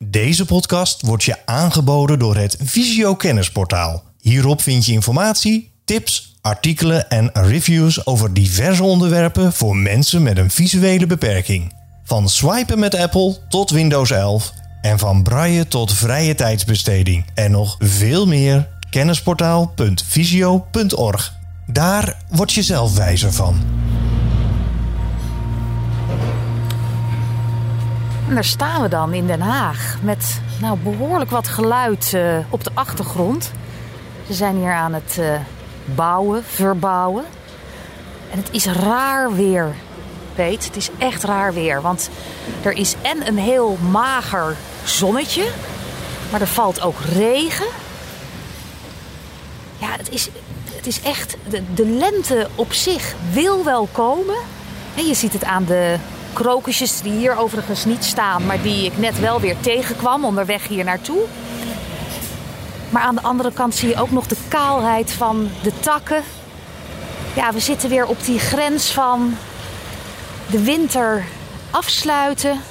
Deze podcast wordt je aangeboden door het Visio Kennisportaal. Hierop vind je informatie, tips, artikelen en reviews over diverse onderwerpen voor mensen met een visuele beperking. Van swipen met Apple tot Windows 11 en van braille tot vrije tijdsbesteding. En nog veel meer. Kennisportaal.visio.org. Daar word je zelf wijzer van. En daar staan we dan in Den Haag met behoorlijk wat geluid op de achtergrond. Ze zijn hier aan het verbouwen. En het is raar weer, Peet. Het is echt raar weer. Want er is en een heel mager zonnetje, maar er valt ook regen. Ja, het is echt... De lente op zich wil wel komen. En je ziet het aan de krokusjes die hier overigens niet staan, maar die ik net wel weer tegenkwam onderweg hier naartoe. Maar aan de andere kant zie je ook nog de kaalheid van de takken. Ja, we zitten weer op die grens van de winter afsluiten.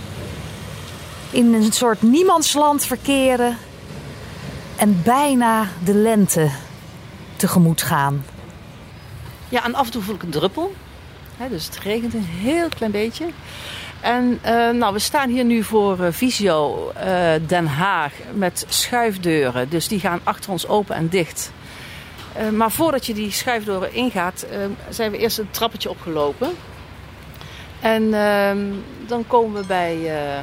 In een soort niemandsland verkeren. En bijna de lente tegemoet gaan. Ja, en af en toe voel ik een druppel. Dus het regent een heel klein beetje. En we staan hier nu voor Visio Den Haag met schuifdeuren. Dus die gaan achter ons open en dicht. Maar voordat je die schuifdeuren ingaat, zijn we eerst een trappetje opgelopen. En dan komen we bij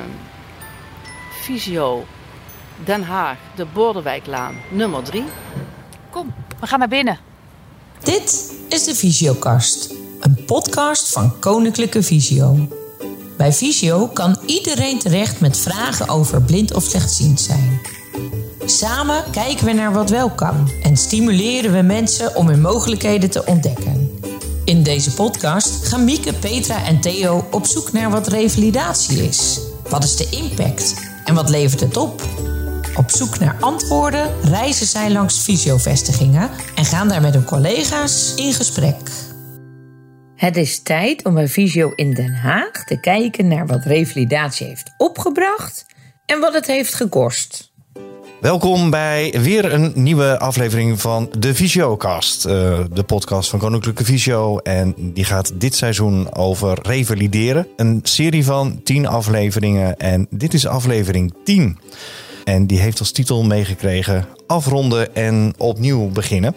Visio Den Haag, de Borderwijklaan, nummer 3. Kom, we gaan naar binnen. Dit is de Visiokast, een podcast van Koninklijke Visio. Bij Visio kan iedereen terecht met vragen over blind of slechtziend zijn. Samen kijken we naar wat wel kan en stimuleren we mensen om hun mogelijkheden te ontdekken. In deze podcast gaan Mieke, Petra en Theo op zoek naar wat revalidatie is. Wat is de impact en wat levert het op? Op zoek naar antwoorden reizen zij langs Visio-vestigingen en gaan daar met hun collega's in gesprek. Het is tijd om bij Visio in Den Haag te kijken naar wat revalidatie heeft opgebracht en wat het heeft gekost. Welkom bij weer een nieuwe aflevering van de Visiokast. De podcast van Koninklijke Visio. En die gaat dit seizoen over revalideren. Een serie van 10 afleveringen. En dit is aflevering 10. En die heeft als titel meegekregen: afronden en opnieuw beginnen.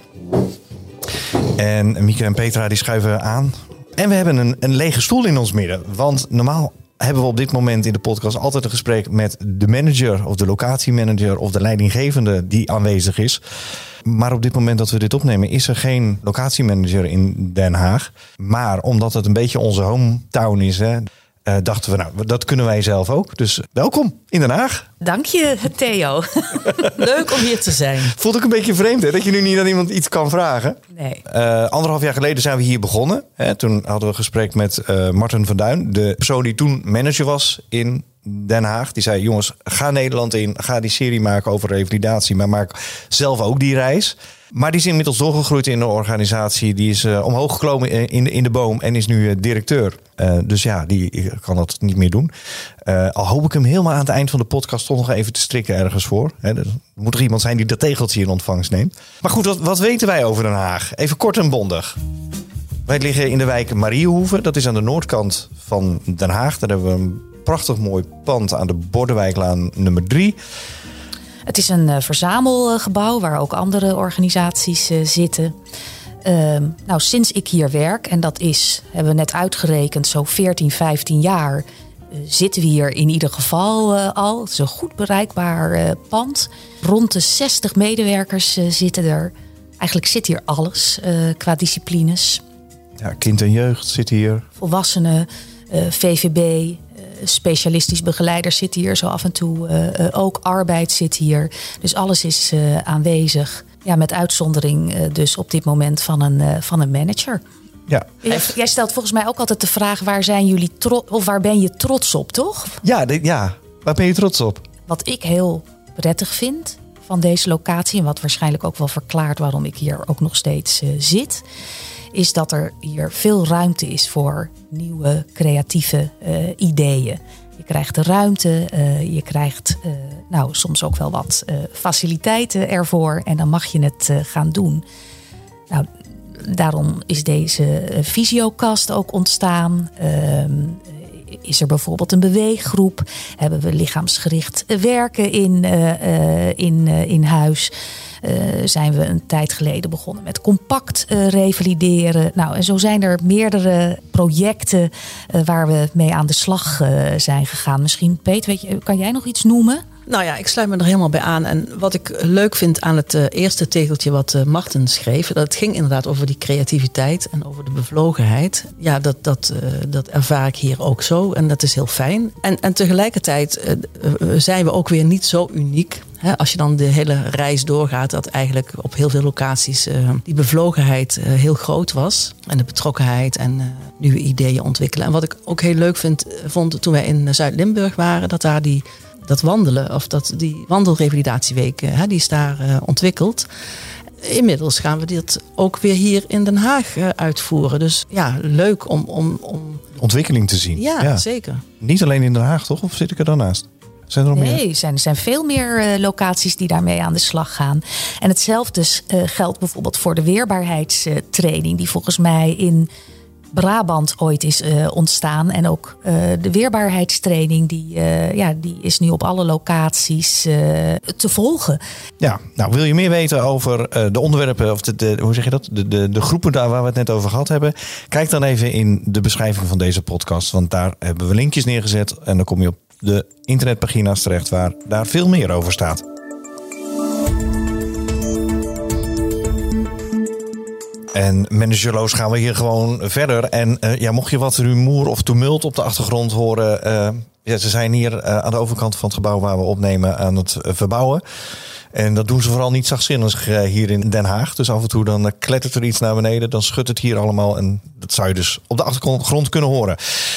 En Mieke en Petra die schuiven aan. En we hebben een lege stoel in ons midden. Want normaal hebben we op dit moment in de podcast altijd een gesprek met de manager of de locatiemanager of de leidinggevende die aanwezig is. Maar op dit moment dat we dit opnemen is er geen locatiemanager in Den Haag. Maar omdat het een beetje onze hometown is, dachten we, dat kunnen wij zelf ook. Dus welkom in Den Haag. Dank je, Theo. Leuk om hier te zijn. Voelt ook een beetje vreemd, hè, dat je nu niet aan iemand iets kan vragen. Nee. 1,5 jaar geleden zijn we hier begonnen. Toen hadden we een gesprek met Martin van Duin, de persoon die toen manager was in Den Haag. Die zei: jongens, ga Nederland in, ga die serie maken over revalidatie, maar maak zelf ook die reis. Maar die is inmiddels doorgegroeid in de organisatie. Die is omhoog geklommen in de boom en is nu directeur. Dus ja, die kan dat niet meer doen. Al hoop ik hem helemaal aan het eind van de podcast toch nog even te strikken ergens voor. Er moet toch iemand zijn die dat tegeltje in ontvangst neemt. Maar goed, wat weten wij over Den Haag? Even kort en bondig. Wij liggen in de wijk Mariehoeve. Dat is aan de noordkant van Den Haag. Daar hebben we een prachtig mooi pand aan de Borderwijklaan nummer 3. Het is een verzamelgebouw waar ook andere organisaties zitten. Sinds ik hier werk, en dat hebben we net uitgerekend, zo 14, 15 jaar... zitten we hier in ieder geval al. Het is een goed bereikbaar pand. Rond de 60 medewerkers zitten er. Eigenlijk zit hier alles qua disciplines. Ja, kind en jeugd zit hier. Volwassenen, VVB... specialistisch begeleiders zitten hier zo af en toe. Ook arbeid zit hier. Dus alles is aanwezig. Ja, met uitzondering dus op dit moment van een manager. Ja. Jij stelt volgens mij ook altijd de vraag: waar zijn jullie of waar ben je trots op, toch? Ja, waar ben je trots op? Wat ik heel prettig vind van deze locatie, en wat waarschijnlijk ook wel verklaart waarom ik hier ook nog steeds zit, is dat er hier veel ruimte is voor nieuwe creatieve ideeën. Je krijgt de ruimte, je krijgt soms ook wel wat faciliteiten ervoor. En dan mag je het gaan doen. Nou, daarom is deze visiokast ook ontstaan. Is er bijvoorbeeld een beweeggroep? Hebben we lichaamsgericht werken in huis? Zijn we een tijd geleden begonnen met compact revalideren. Nou, en zo zijn er meerdere projecten waar we mee aan de slag zijn gegaan. Misschien, Peet, kan jij nog iets noemen? Nou ja, ik sluit me er helemaal bij aan. En wat ik leuk vind aan het eerste tegeltje wat Marten schreef, dat ging inderdaad over die creativiteit en over de bevlogenheid. Ja, dat ervaar ik hier ook zo en dat is heel fijn. En tegelijkertijd zijn we ook weer niet zo uniek. Als je dan de hele reis doorgaat, dat eigenlijk op heel veel locaties die bevlogenheid heel groot was. En de betrokkenheid en nieuwe ideeën ontwikkelen. En wat ik ook heel leuk vond toen wij in Zuid-Limburg waren, dat daar dat wandelen, of die wandelrevalidatieweek, die is daar ontwikkeld. Inmiddels gaan we dit ook weer hier in Den Haag uitvoeren. Dus ja, leuk om ontwikkeling te zien. Ja, zeker. Niet alleen in Den Haag, toch? Of zit ik er dan naast? Zijn er nog meer? Nee, er zijn veel meer locaties die daarmee aan de slag gaan. En hetzelfde geldt bijvoorbeeld voor de weerbaarheidstraining, die volgens mij in Brabant ooit is ontstaan. En ook de weerbaarheidstraining, die is nu op alle locaties te volgen. Ja, nou wil je meer weten over de onderwerpen, of hoe zeg je dat? De groepen daar waar we het net over gehad hebben? Kijk dan even in de beschrijving van deze podcast. Want daar hebben we linkjes neergezet. En dan kom je op de internetpagina's terecht waar daar veel meer over staat. En managerloos gaan we hier gewoon verder. En mocht je wat rumoer of tumult op de achtergrond horen. Ze zijn hier aan de overkant van het gebouw waar we opnemen aan het verbouwen. En dat doen ze vooral niet zachtzinnig hier in Den Haag. Dus af en toe dan klettert er iets naar beneden. Dan schudt het hier allemaal. En dat zou je dus op de achtergrond kunnen horen.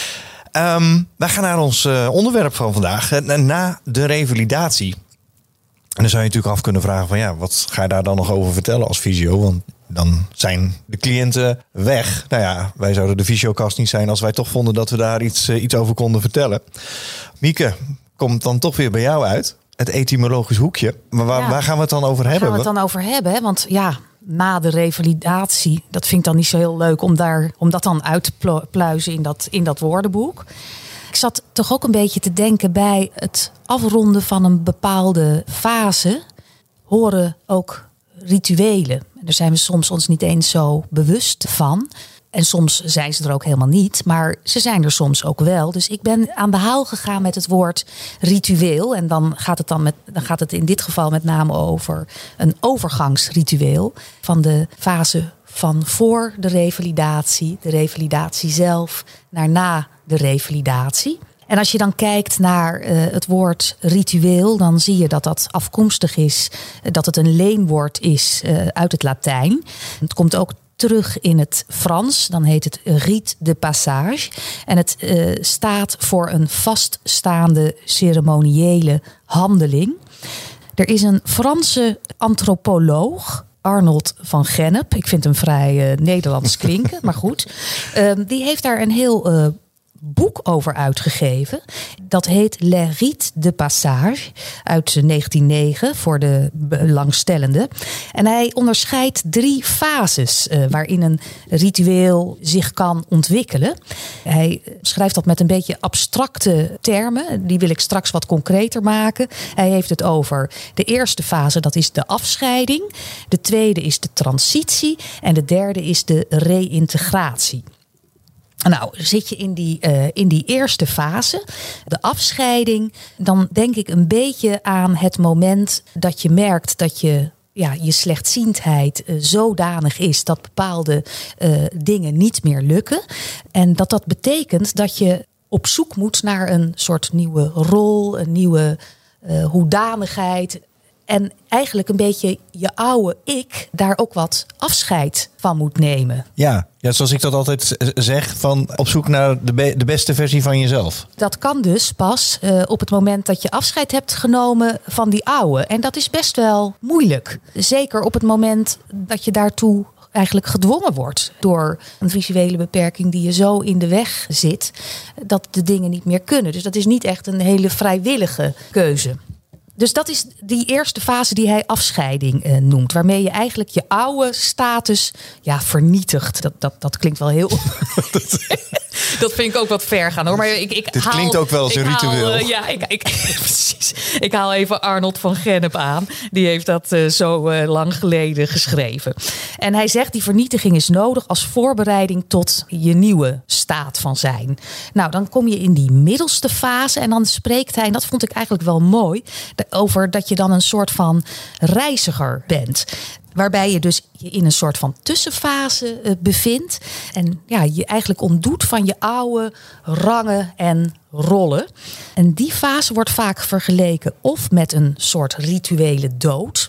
Wij gaan naar ons onderwerp van vandaag. Na de revalidatie. En dan zou je natuurlijk af kunnen vragen van wat ga je daar dan nog over vertellen als fysio? Want dan zijn de cliënten weg. Nou ja, wij zouden de fysiokast niet zijn als wij toch vonden dat we daar iets over konden vertellen. Mieke, komt dan toch weer bij jou uit. Het etymologisch hoekje. Maar waar gaan we het dan over hebben? Waar gaan we het dan over hebben? Want na de revalidatie, dat vind ik dan niet zo heel leuk om dat dan uit te pluizen in dat woordenboek. Ik zat toch ook een beetje te denken bij het afronden van een bepaalde fase horen ook rituelen. En daar zijn we soms ons niet eens zo bewust van. En soms zijn ze er ook helemaal niet, maar ze zijn er soms ook wel. Dus ik ben aan de haal gegaan met het woord ritueel. En dan gaat het in dit geval met name over een overgangsritueel van de fase van voor de revalidatie zelf, naar na de revalidatie. En als je dan kijkt naar het woord ritueel, dan zie je dat dat afkomstig is, dat het een leenwoord is uit het Latijn. Het komt ook terug in het Frans, dan heet het rite de passage. En het staat voor een vaststaande ceremoniële handeling. Er is een Franse antropoloog, Arnold van Gennep. Ik vind hem vrij Nederlands klinken, maar goed. Die heeft daar een heel boek over uitgegeven. Dat heet Les Rites de Passage uit 1909 voor de belangstellenden. En hij onderscheidt 3 fases waarin een ritueel zich kan ontwikkelen. Hij schrijft dat met een beetje abstracte termen. Die wil ik straks wat concreter maken. Hij heeft het over de eerste fase, dat is de afscheiding. De tweede is de transitie. En de derde is de reïntegratie. Nou, zit je in die eerste fase, de afscheiding, dan denk ik een beetje aan het moment dat je merkt dat je slechtziendheid zodanig is dat bepaalde dingen niet meer lukken. En dat betekent dat je op zoek moet naar een soort nieuwe rol, een nieuwe hoedanigheid. En eigenlijk een beetje je oude ik daar ook wat afscheid van moet nemen. Ja, zoals ik dat altijd zeg, van op zoek naar de beste versie van jezelf. Dat kan dus pas op het moment dat je afscheid hebt genomen van die oude. En dat is best wel moeilijk. Zeker op het moment dat je daartoe eigenlijk gedwongen wordt door een visuele beperking die je zo in de weg zit dat de dingen niet meer kunnen. Dus dat is niet echt een hele vrijwillige keuze. Dus dat is die eerste fase die hij afscheiding noemt. Waarmee je eigenlijk je oude status vernietigt. Dat klinkt wel heel... Dat vind ik ook wat ver gaan hoor. Maar Dit klinkt ook wel als een ritueel. Precies. Ik haal even Arnold van Gennep aan. Die heeft dat zo lang geleden geschreven. En hij zegt die vernietiging is nodig als voorbereiding tot je nieuwe staat van zijn. Nou, dan kom je in die middelste fase. En dan spreekt hij, en dat vond ik eigenlijk wel mooi, over dat je dan een soort van reiziger bent. Waarbij je dus je in een soort van tussenfase bevindt. En je eigenlijk ontdoet van je oude rangen en rollen. En die fase wordt vaak vergeleken of met een soort rituele dood.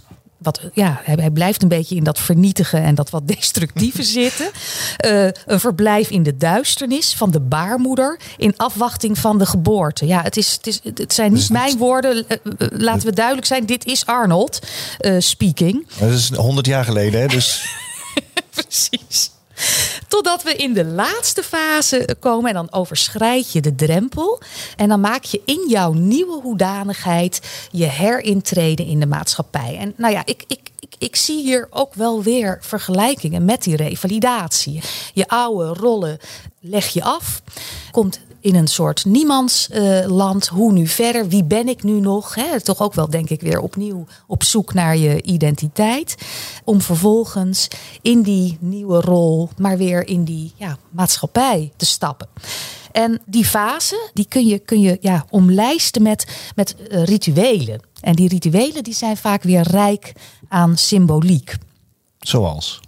Hij blijft een beetje in dat vernietigen en dat wat destructieve zitten. Een verblijf in de duisternis van de baarmoeder in afwachting van de geboorte. Ja, het zijn niet mijn woorden. Laten we duidelijk zijn, dit is Arnold speaking. Dat is 100 jaar geleden, hè? Dus... Precies. Totdat we in de laatste fase komen en dan overschrijd je de drempel. En dan maak je in jouw nieuwe hoedanigheid je herintreden in de maatschappij. En ik zie hier ook wel weer vergelijkingen met die revalidatie. Je oude rollen leg je af, komt in een soort niemandsland. Hoe nu verder? Wie ben ik nu nog? Toch ook wel, denk ik, weer opnieuw op zoek naar je identiteit. Om vervolgens in die nieuwe rol, maar weer in die maatschappij te stappen. En die fase, die kun je omlijsten met rituelen. En die rituelen die zijn vaak weer rijk aan symboliek. Zoals?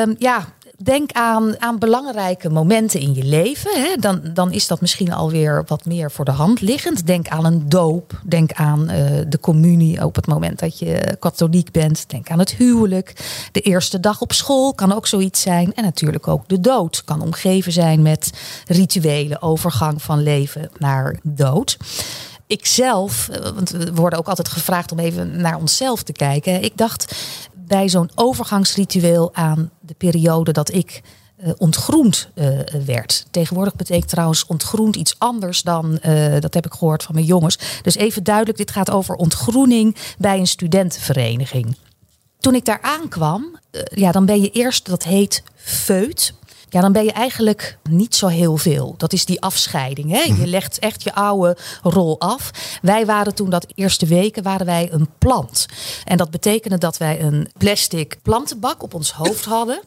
Denk aan belangrijke momenten in je leven. Dan is dat misschien alweer wat meer voor de hand liggend. Denk aan een doop. Denk aan de communie op het moment dat je katholiek bent. Denk aan het huwelijk. De eerste dag op school kan ook zoiets zijn. En natuurlijk ook de dood kan omgeven zijn met rituele overgang van leven naar dood. Ikzelf, want we worden ook altijd gevraagd om even naar onszelf te kijken. Ik dacht bij zo'n overgangsritueel aan de periode dat ik ontgroend werd. Tegenwoordig betekent trouwens ontgroend iets anders dan, dat heb ik gehoord van mijn jongens. Dus even duidelijk, dit gaat over ontgroening bij een studentenvereniging. Toen ik daar aankwam, dan ben je eerst, dat heet feut. Ja, dan ben je eigenlijk niet zo heel veel. Dat is die afscheiding. Hè? Je legt echt je oude rol af. Wij waren toen dat eerste weken een plant. En dat betekende dat wij een plastic plantenbak op ons hoofd hadden.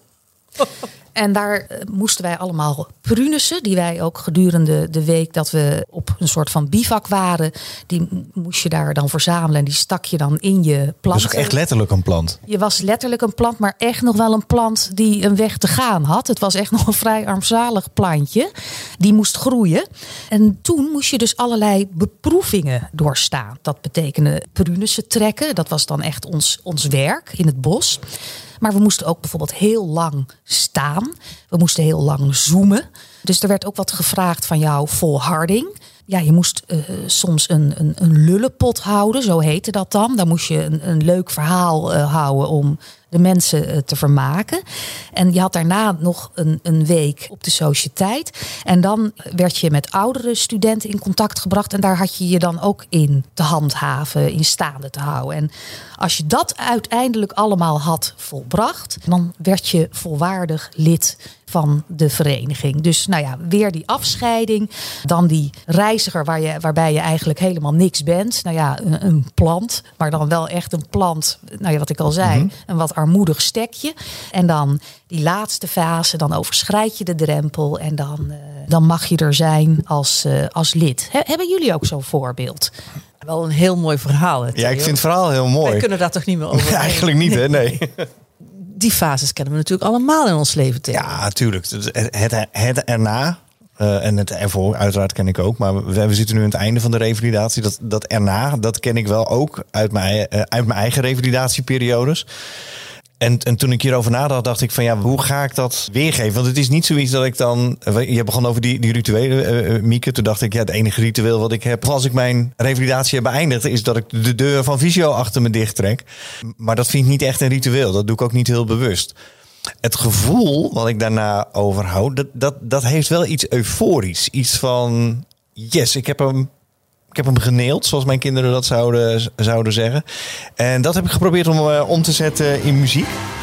En daar moesten wij allemaal prunussen, die wij ook gedurende de week dat we op een soort van bivak waren, die moest je daar dan verzamelen en die stak je dan in je plant. Dus ook echt letterlijk een plant? Je was letterlijk een plant, maar echt nog wel een plant die een weg te gaan had. Het was echt nog een vrij armzalig plantje. Die moest groeien. En toen moest je dus allerlei beproevingen doorstaan. Dat betekende prunussen trekken. Dat was dan echt ons werk in het bos. Maar we moesten ook bijvoorbeeld heel lang staan. We moesten heel lang zoomen. Dus er werd ook wat gevraagd van jouw volharding. Ja, je moest soms een lullenpot houden, zo heette dat dan. Dan moest je een leuk verhaal houden om de mensen te vermaken. En je had daarna nog een week op de sociëteit. En dan werd je met oudere studenten in contact gebracht. En daar had je je dan ook in te handhaven, in staande te houden. En als je dat uiteindelijk allemaal had volbracht, dan werd je volwaardig lid van de vereniging. Dus weer die afscheiding. Dan die reiziger waarbij je eigenlijk helemaal niks bent. Een plant, maar dan wel echt een plant. Wat ik al zei, een wat armoedig stekje. En dan die laatste fase, dan overschrijd je de drempel. En dan mag je er zijn als lid. Hebben jullie ook zo'n voorbeeld? Wel een heel mooi verhaal. Ja, ik vind het verhaal heel mooi. Wij kunnen daar toch niet meer over? Eigenlijk niet, hè? Nee. Die fases kennen we natuurlijk allemaal in ons leven tegen. Ja, natuurlijk. Het erna en het ervoor uiteraard ken ik ook. Maar we zitten nu aan het einde van de revalidatie. Dat erna, dat ken ik wel ook uit mijn eigen revalidatieperiodes. En toen ik hierover nadacht, dacht ik van hoe ga ik dat weergeven? Want het is niet zoiets dat ik dan... Je begon over die rituelen, Mieke. Toen dacht ik, het enige ritueel wat ik heb als ik mijn revalidatie heb beëindigd, is dat ik de deur van Visio achter me dicht trek. Maar dat vind ik niet echt een ritueel. Dat doe ik ook niet heel bewust. het gevoel wat ik daarna overhoud, dat heeft wel iets euforisch. Iets van, yes, ik heb hem geneeld, zoals mijn kinderen dat zouden zeggen. En dat heb ik geprobeerd om te zetten in muziek.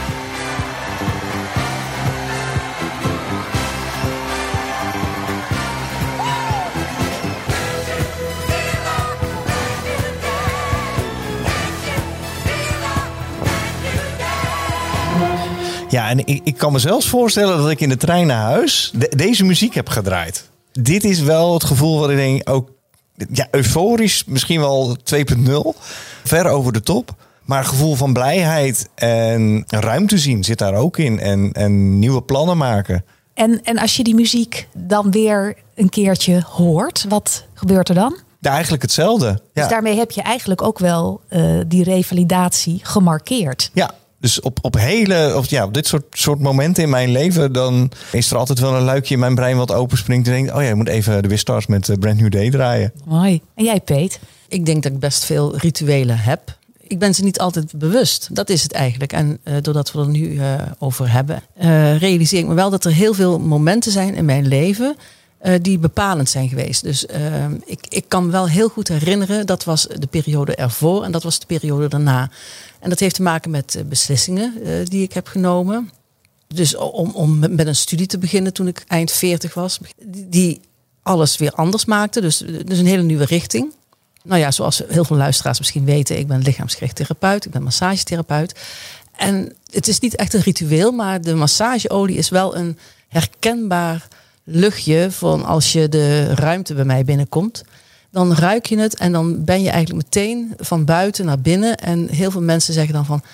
Ja, en ik kan me zelfs voorstellen dat ik in de trein naar huis deze muziek heb gedraaid. Dit is wel het gevoel wat ik denk, ook euforisch, misschien wel 2.0. Ver over de top. Maar het gevoel van blijheid en ruimte zien zit daar ook in. En nieuwe plannen maken. En als je die muziek dan weer een keertje hoort, wat gebeurt er dan? Ja, eigenlijk hetzelfde. Ja. Dus daarmee heb je eigenlijk ook wel die revalidatie gemarkeerd. Ja. Dus op dit soort momenten in mijn leven, dan is er altijd wel een luikje in mijn brein wat openspringt. En denkt, je moet even de Wistars met Brand New Day draaien. Mooi. En jij, Peet? Ik denk dat ik best veel rituelen heb. Ik ben ze niet altijd bewust. Dat is het eigenlijk. En doordat we er nu over hebben, realiseer ik me wel dat er heel veel momenten zijn in mijn leven die bepalend zijn geweest. Dus ik kan me wel heel goed herinneren, dat was de periode ervoor en dat was de periode daarna. En dat heeft te maken met beslissingen die ik heb genomen. Dus om met een studie te beginnen toen ik eind 40 was. Die alles weer anders maakte. Dus een hele nieuwe richting. Nou ja, zoals heel veel luisteraars misschien weten. Ik ben lichaamsgericht therapeut. Ik ben massagetherapeut. En het is niet echt een ritueel. Maar de massageolie is wel een herkenbaar luchtje van als je de ruimte bij mij binnenkomt. Dan ruik je het en dan ben je eigenlijk meteen van buiten naar binnen. En heel veel mensen zeggen dan van,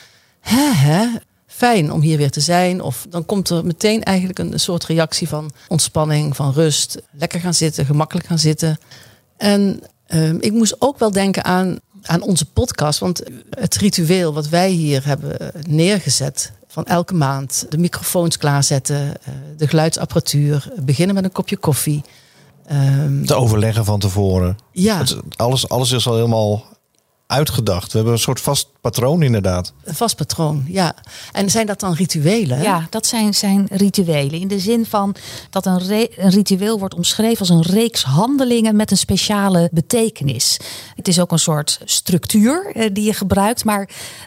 fijn om hier weer te zijn. Of dan komt er meteen eigenlijk een soort reactie van ontspanning, van rust. Lekker gaan zitten, gemakkelijk gaan zitten. En ik moest ook wel denken aan onze podcast. Want het ritueel wat wij hier hebben neergezet, van elke maand de microfoons klaarzetten, de geluidsapparatuur, beginnen met een kopje koffie. Te overleggen van tevoren. Ja. Alles is al helemaal uitgedacht. We hebben een soort vast patroon inderdaad. Een vast patroon, ja. En zijn dat dan rituelen? Ja, dat zijn rituelen. In de zin van dat een ritueel wordt omschreven als een reeks handelingen met een speciale betekenis. Het is ook een soort structuur die je gebruikt, maar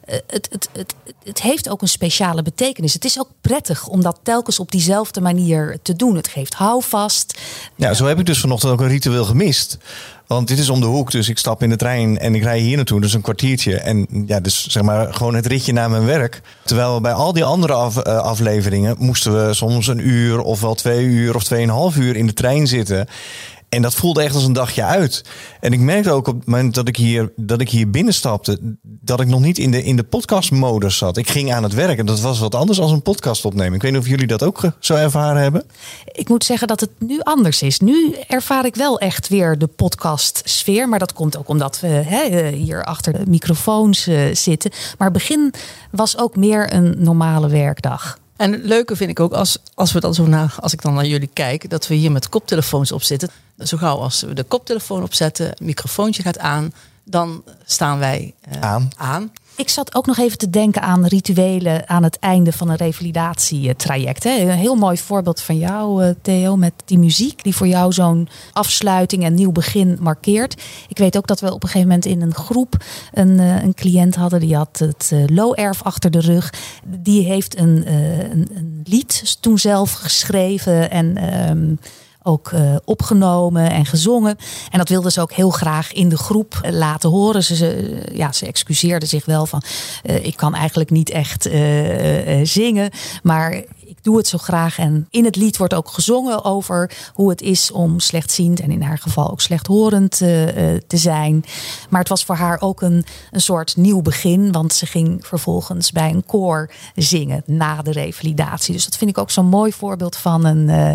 het heeft ook een speciale betekenis. Het is ook prettig om dat telkens op diezelfde manier te doen. Het geeft houvast. Ja, zo heb ik dus vanochtend ook een ritueel gemist. Want dit is om de hoek, dus ik stap in de trein en ik rij hier naartoe, dus een kwartiertje. En ja, dus zeg maar gewoon het ritje naar mijn werk. Terwijl bij al die andere afleveringen moesten we soms 1 uur of wel 2 uur of 2,5 uur in de trein zitten. En dat voelde echt als een dagje uit. En ik merkte ook op het moment dat ik hier binnenstapte, dat ik nog niet in de podcastmodus zat. Ik ging aan het werk en dat was wat anders dan een podcast opnemen. Ik weet niet of jullie dat ook zo ervaren hebben. Ik moet zeggen dat het nu anders is. Nu ervaar ik wel echt weer de podcastsfeer. Maar dat komt ook omdat we hier achter de microfoons zitten. Maar het begin was ook meer een normale werkdag. En het leuke vind ik ook, als ik dan naar jullie kijk, dat we hier met koptelefoons op zitten. Zo gauw als we de koptelefoon opzetten, het microfoontje gaat aan, dan staan wij aan. Ik zat ook nog even te denken aan rituelen aan het einde van een revalidatietraject. Een heel mooi voorbeeld van jou, Theo, met die muziek die voor jou zo'n afsluiting en nieuw begin markeert. Ik weet ook dat we op een gegeven moment in een groep een cliënt hadden. Die had het Lo-erf achter de rug. Die heeft een lied toen zelf geschreven en ook opgenomen en gezongen. En dat wilde ze ook heel graag in de groep laten horen. Ze excuseerde zich wel van, ik kan eigenlijk niet echt zingen, maar ik doe het zo graag. En in het lied wordt ook gezongen over hoe het is om slechtziend en in haar geval ook slechthorend te zijn. Maar het was voor haar ook een soort nieuw begin, want ze ging vervolgens bij een koor zingen na de revalidatie. Dus dat vind ik ook zo'n mooi voorbeeld van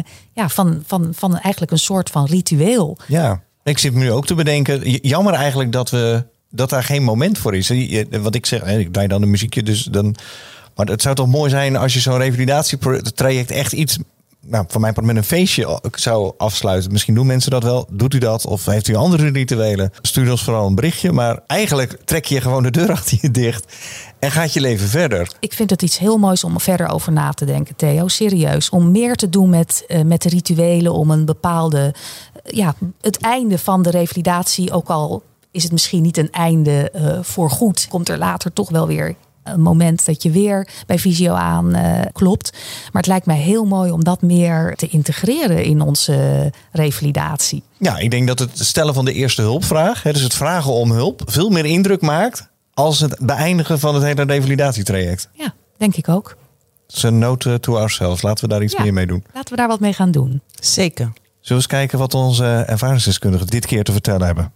van eigenlijk een soort van ritueel. Ja, ik zit me nu ook te bedenken. Jammer eigenlijk dat daar geen moment voor is. Wat ik zeg, ik draai dan een muziekje, dus dan. Maar het zou toch mooi zijn als je zo'n revalidatietraject echt iets van mijn part met een feestje zou afsluiten. Misschien doen mensen dat wel. Doet u dat? Of heeft u andere rituelen? Stuur ons vooral een berichtje. Maar eigenlijk trek je gewoon de deur achter je dicht en gaat je leven verder. Ik vind het iets heel moois om verder over na te denken, Theo. Serieus. Om meer te doen met de rituelen. Om een bepaalde... het einde van de revalidatie, ook al is het misschien niet een einde voor goed, komt er later toch wel weer een moment dat je weer bij Visio aanklopt. Maar het lijkt mij heel mooi om dat meer te integreren in onze revalidatie. Ja, ik denk dat het stellen van de eerste hulpvraag, dus het vragen om hulp, veel meer indruk maakt als het beëindigen van het hele revalidatietraject. Ja, denk ik ook. Het is een note to ourselves. Laten we daar iets meer mee doen. Laten we daar wat mee gaan doen. Zeker. Zullen we eens kijken wat onze ervaringsdeskundigen dit keer te vertellen hebben?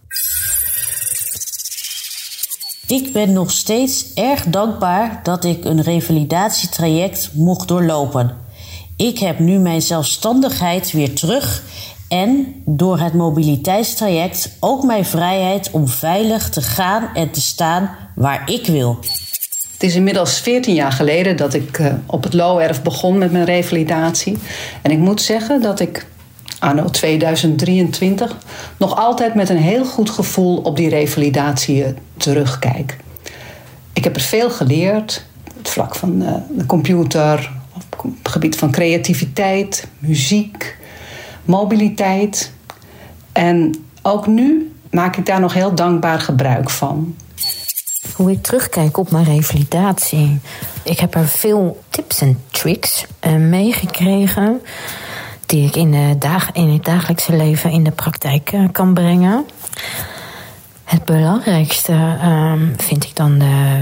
Ik ben nog steeds erg dankbaar dat ik een revalidatietraject mocht doorlopen. Ik heb nu mijn zelfstandigheid weer terug en door het mobiliteitstraject ook mijn vrijheid om veilig te gaan en te staan waar ik wil. Het is inmiddels 14 jaar geleden dat ik op het Looerf begon met mijn revalidatie. En ik moet zeggen dat ik anno 2023 nog altijd met een heel goed gevoel op die revalidatie terugkijk. Ik heb er veel geleerd. Het vlak van de computer, op het gebied van creativiteit, muziek, mobiliteit. En ook nu maak ik daar nog heel dankbaar gebruik van. Hoe ik terugkijk op mijn revalidatie. Ik heb er veel tips en tricks meegekregen die ik in het dagelijkse leven in de praktijk kan brengen. Het belangrijkste vind ik dan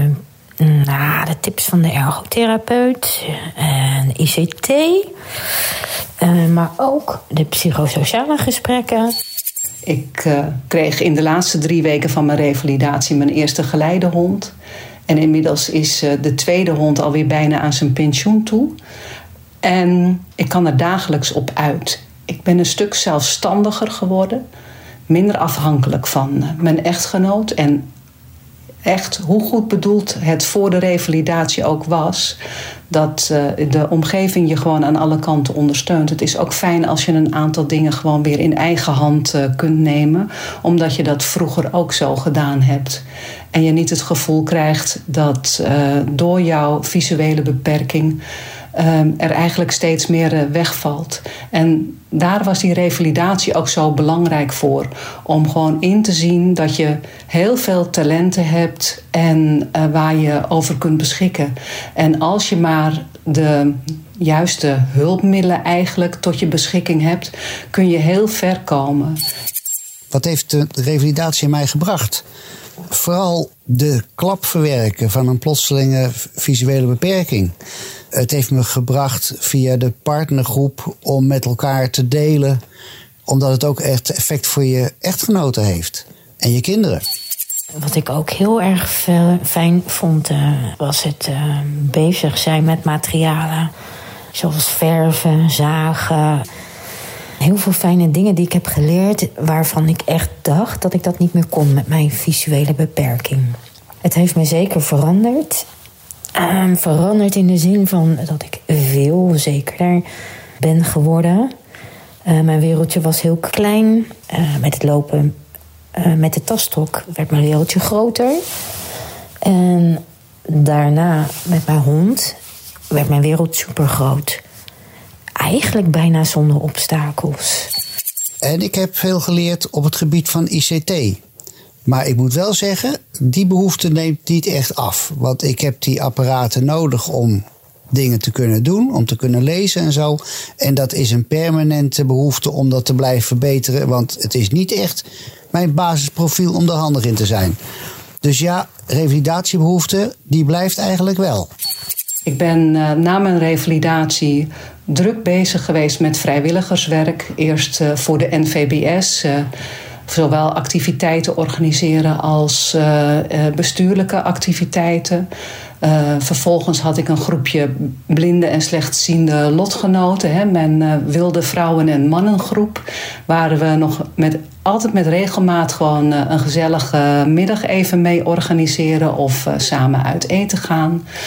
de tips van de ergotherapeut en ICT. Maar ook de psychosociale gesprekken. Ik kreeg in de laatste 3 weken van mijn revalidatie mijn eerste geleidehond. En inmiddels is de tweede hond alweer bijna aan zijn pensioen toe. En ik kan er dagelijks op uit. Ik ben een stuk zelfstandiger geworden. Minder afhankelijk van mijn echtgenoot. En echt, hoe goed bedoeld het voor de revalidatie ook was, dat de omgeving je gewoon aan alle kanten ondersteunt. Het is ook fijn als je een aantal dingen gewoon weer in eigen hand kunt nemen, omdat je dat vroeger ook zo gedaan hebt. En je niet het gevoel krijgt dat door jouw visuele beperking er eigenlijk steeds meer wegvalt. En daar was die revalidatie ook zo belangrijk voor. Om gewoon in te zien dat je heel veel talenten hebt en waar je over kunt beschikken. En als je maar de juiste hulpmiddelen eigenlijk tot je beschikking hebt, kun je heel ver komen. Wat heeft de revalidatie mij gebracht? Vooral de klap verwerken van een plotselinge visuele beperking. Het heeft me gebracht via de partnergroep om met elkaar te delen, omdat het ook echt effect voor je echtgenoten heeft en je kinderen. Wat ik ook heel erg fijn vond, was het bezig zijn met materialen. Zoals verven, zagen. Heel veel fijne dingen die ik heb geleerd, waarvan ik echt dacht dat ik dat niet meer kon met mijn visuele beperking. Het heeft me zeker veranderd. Veranderd in de zin van dat ik veel zekerder ben geworden. Mijn wereldje was heel klein. Met het lopen met de tasstok werd mijn wereldje groter. En daarna met mijn hond werd mijn wereld supergroot. Eigenlijk bijna zonder obstakels. En ik heb veel geleerd op het gebied van ICT. Maar ik moet wel zeggen, die behoefte neemt niet echt af. Want ik heb die apparaten nodig om dingen te kunnen doen, om te kunnen lezen en zo. En dat is een permanente behoefte om dat te blijven verbeteren. Want het is niet echt mijn basisprofiel om er handig in te zijn. Dus ja, revalidatiebehoefte, die blijft eigenlijk wel. Ik ben na mijn revalidatie druk bezig geweest met vrijwilligerswerk. Eerst voor de NVBS. Zowel activiteiten organiseren als bestuurlijke activiteiten. Vervolgens had ik een groepje blinde en slechtziende lotgenoten. Mijn wilde vrouwen- en mannengroep. Waar we nog altijd met regelmaat gewoon een gezellige middag even mee organiseren. Of samen uit eten gaan.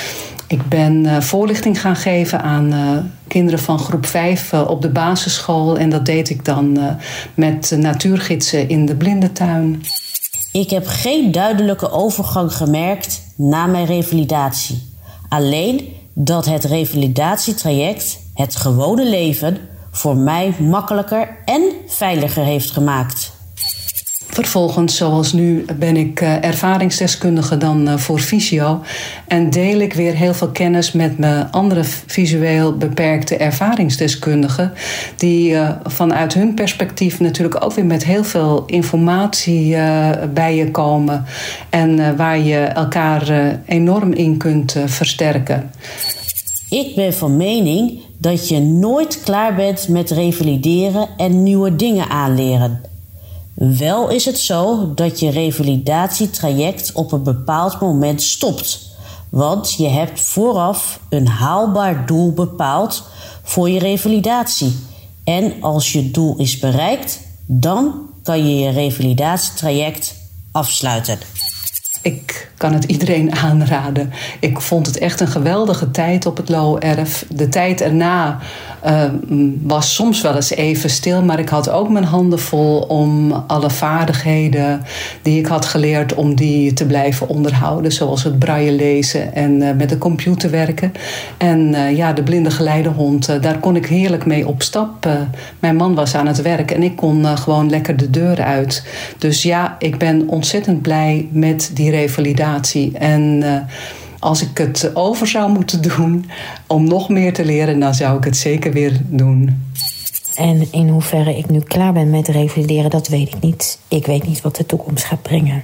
Ik ben voorlichting gaan geven aan kinderen van groep 5 op de basisschool. En dat deed ik dan met natuurgidsen in de blindentuin. Ik heb geen duidelijke overgang gemerkt na mijn revalidatie. Alleen dat het revalidatietraject het gewone leven voor mij makkelijker en veiliger heeft gemaakt. Vervolgens, zoals nu, ben ik ervaringsdeskundige dan voor fysio. En deel ik weer heel veel kennis met mijn andere visueel beperkte ervaringsdeskundigen. Die vanuit hun perspectief natuurlijk ook weer met heel veel informatie bij je komen. En waar je elkaar enorm in kunt versterken. Ik ben van mening dat je nooit klaar bent met revalideren en nieuwe dingen aanleren. Wel is het zo dat je revalidatietraject op een bepaald moment stopt. Want je hebt vooraf een haalbaar doel bepaald voor je revalidatie. En als je doel is bereikt, dan kan je je revalidatietraject afsluiten. Ik kan het iedereen aanraden. Ik vond het echt een geweldige tijd op het Lo-erf. De tijd erna was soms wel eens even stil, maar ik had ook mijn handen vol om alle vaardigheden die ik had geleerd, om die te blijven onderhouden. Zoals het braille lezen en met de computer werken. En de blinde geleidehond, daar kon ik heerlijk mee op stap. Mijn man was aan het werk en ik kon gewoon lekker de deur uit. Dus ja, ik ben ontzettend blij met die revalidatie. En als ik het over zou moeten doen om nog meer te leren, dan zou ik het zeker weer doen. En in hoeverre ik nu klaar ben met revalideren, dat weet ik niet. Ik weet niet wat de toekomst gaat brengen.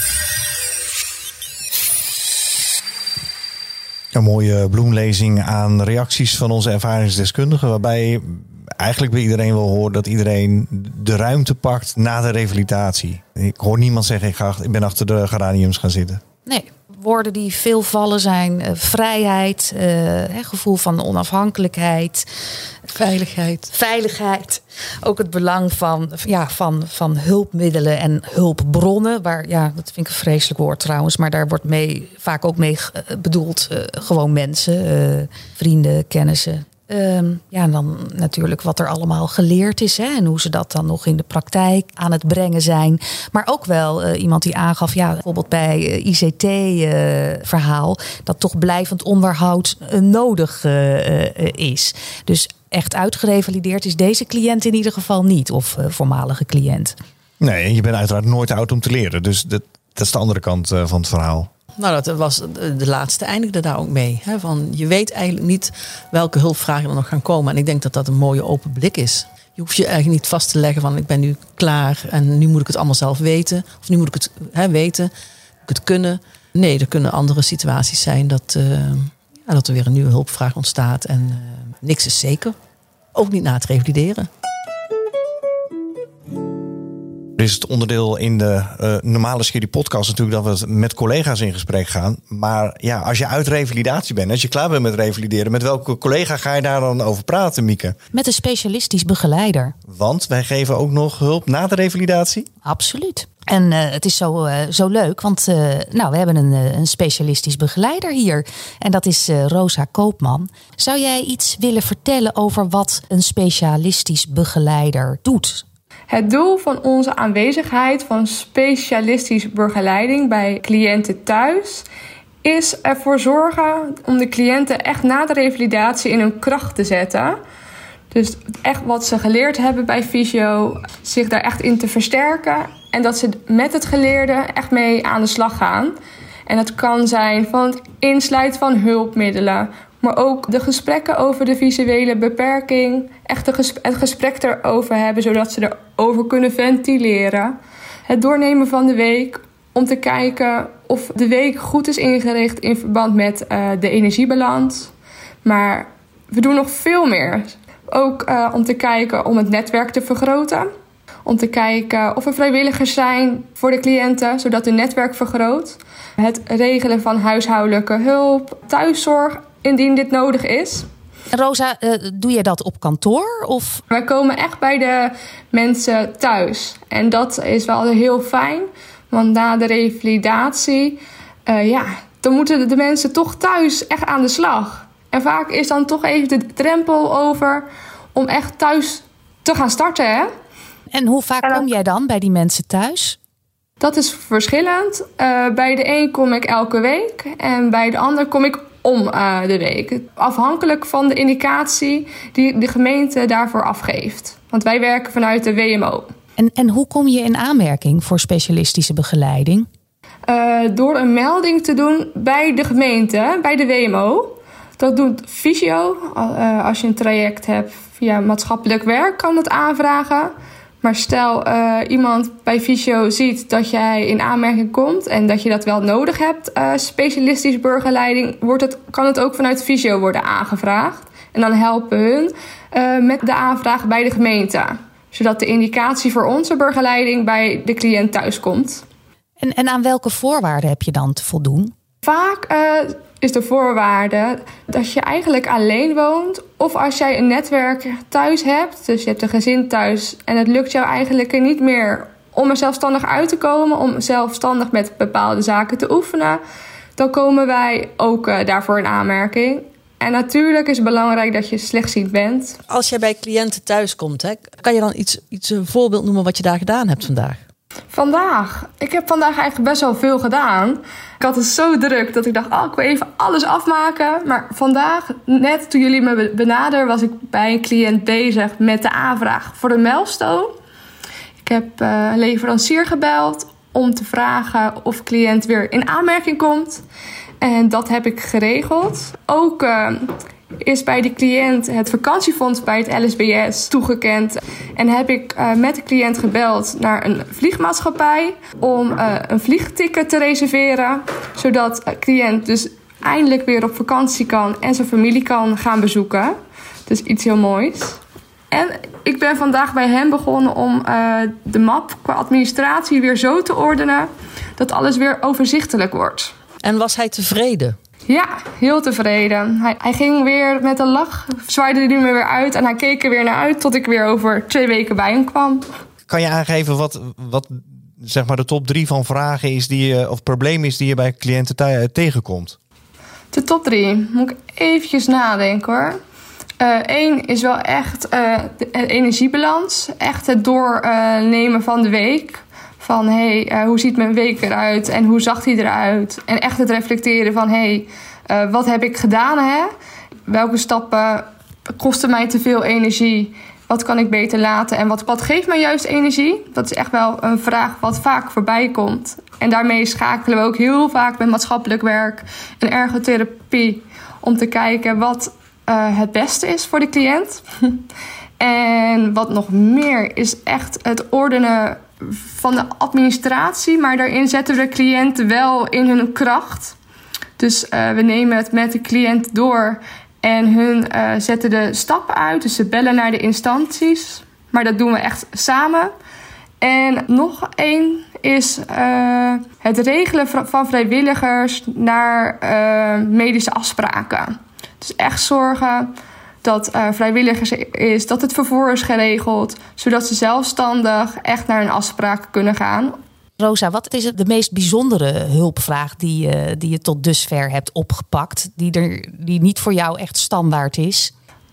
Een mooie bloemlezing aan reacties van onze ervaringsdeskundigen, waarbij eigenlijk bij iedereen wel hoort dat iedereen de ruimte pakt na de revalidatie. Ik hoor niemand zeggen, ik ben achter de geraniums gaan zitten. Nee, woorden die veel vallen zijn vrijheid, gevoel van onafhankelijkheid, veiligheid. Ook het belang van hulpmiddelen en hulpbronnen. Dat vind ik een vreselijk woord trouwens, maar daar wordt vaak ook mee bedoeld gewoon mensen, vrienden, kennissen. En dan natuurlijk wat er allemaal geleerd is. En hoe ze dat dan nog in de praktijk aan het brengen zijn. Maar ook wel iemand die aangaf, bijvoorbeeld bij ICT-verhaal, dat toch blijvend onderhoud nodig is. Dus echt uitgerevalideerd is deze cliënt in ieder geval niet. Of voormalige cliënt. Nee, je bent uiteraard nooit te oud om te leren. Dus dat is de andere kant van het verhaal. Nou, dat was de laatste eindigde daar ook mee. Hè? Van, je weet eigenlijk niet welke hulpvragen er nog gaan komen. En ik denk dat dat een mooie open blik is. Je hoeft je eigenlijk niet vast te leggen van ik ben nu klaar en nu moet ik het allemaal zelf weten. Of nu moet ik het weten, moet ik het kunnen. Nee, er kunnen andere situaties zijn dat er weer een nieuwe hulpvraag ontstaat. En niks is zeker. Ook niet na het revalideren. Er is het onderdeel in de normale serie podcast natuurlijk dat we met collega's in gesprek gaan. Maar ja, als je uit revalidatie bent, als je klaar bent met revalideren, met welke collega ga je daar dan over praten, Mieke? Met een specialistisch begeleider. Want wij geven ook nog hulp na de revalidatie? Absoluut. En het is zo leuk, want we hebben een specialistisch begeleider hier. En dat is Rosa Koopman. Zou jij iets willen vertellen over wat een specialistisch begeleider doet? Het doel van onze aanwezigheid van specialistische begeleiding bij cliënten thuis is ervoor zorgen om de cliënten echt na de revalidatie in hun kracht te zetten. Dus echt wat ze geleerd hebben bij fysio, zich daar echt in te versterken. En dat ze met het geleerde echt mee aan de slag gaan. En dat kan zijn van het insluiten van hulpmiddelen, maar ook de gesprekken over de visuele beperking. Echt het gesprek erover hebben, zodat ze erover kunnen ventileren. Het doornemen van de week om te kijken of de week goed is ingericht in verband met de energiebalans. Maar we doen nog veel meer. Ook om te kijken om het netwerk te vergroten. Om te kijken of er vrijwilligers zijn voor de cliënten, zodat het netwerk vergroot. Het regelen van huishoudelijke hulp, thuiszorg, indien dit nodig is. Rosa, doe je dat op kantoor? Of? Wij komen echt bij de mensen thuis. En dat is wel heel fijn. Want na de revalidatie, dan moeten de mensen toch thuis echt aan de slag. En vaak is dan toch even de drempel over om echt thuis te gaan starten. Hè? En hoe vaak kom jij dan bij die mensen thuis? Dat is verschillend. Bij de een kom ik elke week en bij de ander kom ik om de week. Afhankelijk van de indicatie die de gemeente daarvoor afgeeft. Want wij werken vanuit de WMO. En hoe kom je in aanmerking voor specialistische begeleiding? Door een melding te doen bij de gemeente, bij de WMO. Dat doet Visio. Als je een traject hebt via maatschappelijk werk, kan dat aanvragen. Maar stel iemand bij Visio ziet dat jij in aanmerking komt en dat je dat wel nodig hebt, specialistische begeleiding, kan het ook vanuit Visio worden aangevraagd. En dan helpen hun met de aanvraag bij de gemeente. Zodat de indicatie voor onze begeleiding bij de cliënt thuis komt. En aan welke voorwaarden heb je dan te voldoen? Vaak is de voorwaarde dat je eigenlijk alleen woont. Of als jij een netwerk thuis hebt, dus je hebt een gezin thuis en het lukt jou eigenlijk niet meer om er zelfstandig uit te komen, om zelfstandig met bepaalde zaken te oefenen, dan komen wij ook daarvoor in aanmerking. En natuurlijk is het belangrijk dat je slechtziend bent. Als jij bij cliënten thuis komt, hè, kan je dan een voorbeeld noemen wat je daar gedaan hebt vandaag? Ik heb vandaag eigenlijk best wel veel gedaan. Ik had het zo druk dat ik dacht, ik wil even alles afmaken. Maar vandaag, net toen jullie me benaderden, was ik bij een cliënt bezig met de aanvraag voor de milestone. Ik heb een leverancier gebeld om te vragen of de cliënt weer in aanmerking komt. En dat heb ik geregeld. Ook is bij de cliënt het vakantiefonds bij het LSBS toegekend. En heb ik met de cliënt gebeld naar een vliegmaatschappij om een vliegticket te reserveren. Zodat de cliënt dus eindelijk weer op vakantie kan en zijn familie kan gaan bezoeken. Dus iets heel moois. En ik ben vandaag bij hem begonnen om de map qua administratie weer zo te ordenen dat alles weer overzichtelijk wordt. En was hij tevreden? Ja, heel tevreden. Hij ging weer met een lach, zwaaide hij me weer uit en hij keek er weer naar uit tot ik weer over 2 weken bij hem kwam. Kan je aangeven wat zeg maar de top 3 van vragen is of problemen is die je bij cliënten tegenkomt? De top 3, moet ik eventjes nadenken hoor. 1 is wel echt de energiebalans. Echt het doornemen van de week. Van hoe ziet mijn week eruit en hoe zag die eruit? En echt het reflecteren van wat heb ik gedaan? Hè? Welke stappen kosten mij te veel energie? Wat kan ik beter laten? En wat geeft mij juist energie? Dat is echt wel een vraag wat vaak voorbij komt. En daarmee schakelen we ook heel vaak met maatschappelijk werk en ergotherapie om te kijken wat het beste is voor de cliënt. En wat nog meer is echt het ordenen van de administratie, maar daarin zetten we de cliënten wel in hun kracht. Dus we nemen het met de cliënt door en hun zetten de stappen uit. Dus ze bellen naar de instanties, maar dat doen we echt samen. En nog 1 is het regelen van vrijwilligers naar medische afspraken. Dus echt zorgen dat vrijwilligers is, dat het vervoer is geregeld, zodat ze zelfstandig echt naar een afspraak kunnen gaan. Rosa, wat is de meest bijzondere hulpvraag die je tot dusver hebt opgepakt, die niet voor jou echt standaard is?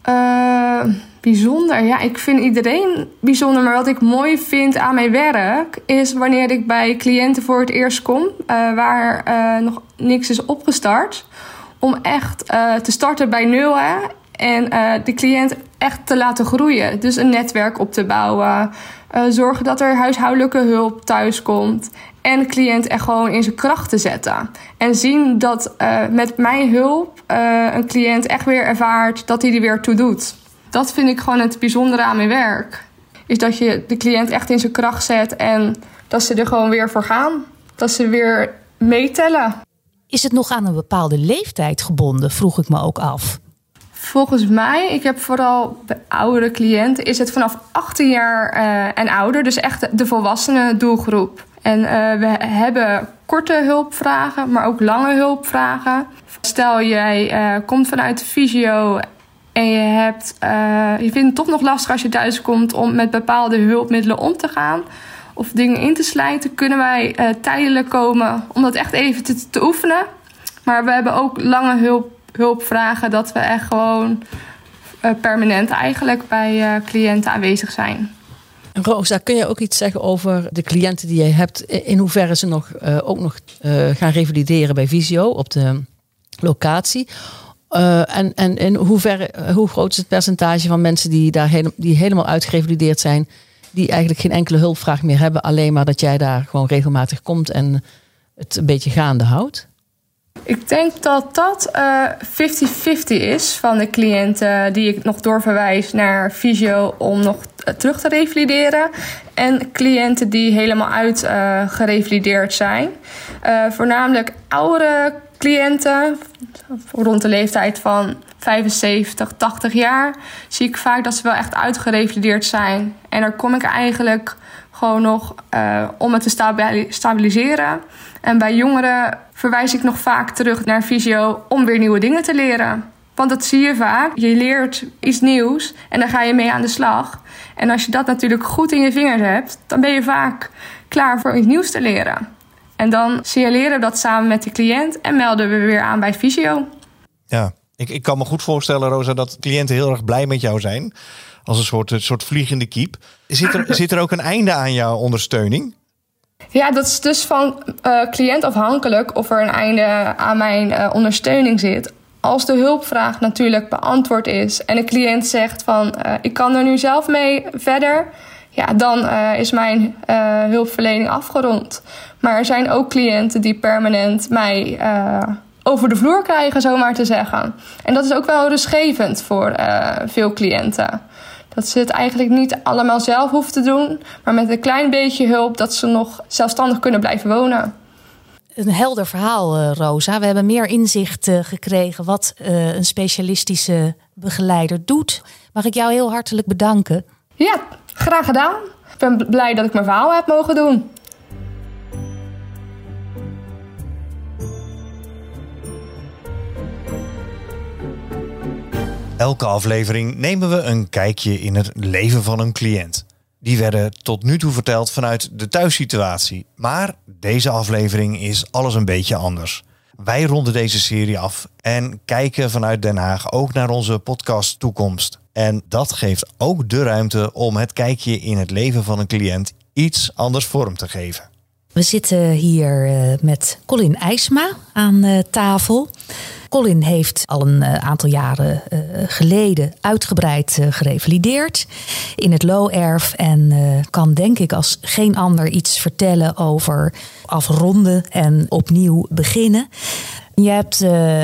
Bijzonder? Ja, ik vind iedereen bijzonder. Maar wat ik mooi vind aan mijn werk is wanneer ik bij cliënten voor het eerst kom, waar nog niks is opgestart, om echt te starten bij 0, hè? En de cliënt echt te laten groeien. Dus een netwerk op te bouwen. Zorgen dat er huishoudelijke hulp thuis komt. En de cliënt echt gewoon in zijn kracht te zetten. En zien dat met mijn hulp een cliënt echt weer ervaart dat hij er weer toe doet. Dat vind ik gewoon het bijzondere aan mijn werk. Is dat je de cliënt echt in zijn kracht zet en dat ze er gewoon weer voor gaan. Dat ze weer meetellen. Is het nog aan een bepaalde leeftijd gebonden, vroeg ik me ook af. Volgens mij, ik heb vooral bij oudere cliënten, is het vanaf 18 jaar en ouder. Dus echt de volwassene doelgroep. En we hebben korte hulpvragen, maar ook lange hulpvragen. Stel, jij komt vanuit de fysio en je vindt het toch nog lastig als je thuis komt om met bepaalde hulpmiddelen om te gaan of dingen in te slijten, kunnen wij tijdelijk komen om dat echt even te oefenen. Maar we hebben ook lange hulpvragen dat we echt gewoon permanent eigenlijk bij cliënten aanwezig zijn. Rosa, kun je ook iets zeggen over de cliënten die je hebt? In hoeverre ze ook nog gaan revalideren bij Visio op de locatie? En in hoe groot is het percentage van mensen die helemaal uitgerevalideerd zijn, die eigenlijk geen enkele hulpvraag meer hebben, alleen maar dat jij daar gewoon regelmatig komt en het een beetje gaande houdt? Ik denk dat 50-50 is van de cliënten die ik nog doorverwijs naar Visio om nog terug te revalideren. En cliënten die helemaal uitgerevalideerd zijn. Voornamelijk oudere cliënten, rond de leeftijd van 75, 80 jaar, zie ik vaak dat ze wel echt uitgerevalideerd zijn. En daar kom ik eigenlijk gewoon nog om het te stabiliseren. En bij jongeren verwijs ik nog vaak terug naar Visio om weer nieuwe dingen te leren. Want dat zie je vaak. Je leert iets nieuws en daar ga je mee aan de slag. En als je dat natuurlijk goed in je vingers hebt, dan ben je vaak klaar voor iets nieuws te leren. En dan signaleren we dat samen met de cliënt en melden we weer aan bij Visio. Ja, ik kan me goed voorstellen, Rosa, dat cliënten heel erg blij met jou zijn. Als een soort vliegende kiep. Zit er ook een einde aan jouw ondersteuning? Ja, dat is dus van cliënt afhankelijk of er een einde aan mijn ondersteuning zit. Als de hulpvraag natuurlijk beantwoord is en de cliënt zegt van ik kan er nu zelf mee verder, ja, dan is mijn hulpverlening afgerond. Maar er zijn ook cliënten die permanent mij over de vloer krijgen, zomaar te zeggen. En dat is ook wel rustgevend voor veel cliënten. Dat ze het eigenlijk niet allemaal zelf hoeven te doen, maar met een klein beetje hulp dat ze nog zelfstandig kunnen blijven wonen. Een helder verhaal, Rosa. We hebben meer inzicht gekregen wat een specialistische begeleider doet. Mag ik jou heel hartelijk bedanken? Ja, graag gedaan. Ik ben blij dat ik mijn verhaal heb mogen doen. Elke aflevering nemen we een kijkje in het leven van een cliënt. Die werden tot nu toe verteld vanuit de thuissituatie. Maar deze aflevering is alles een beetje anders. Wij ronden deze serie af en kijken vanuit Den Haag ook naar onze podcast toekomst. En dat geeft ook de ruimte om het kijkje in het leven van een cliënt iets anders vorm te geven. We zitten hier met Colin IJsma aan tafel. Colin heeft al een aantal jaren geleden uitgebreid gerevalideerd in het LOERF en kan denk ik als geen ander iets vertellen over afronden en opnieuw beginnen. Je hebt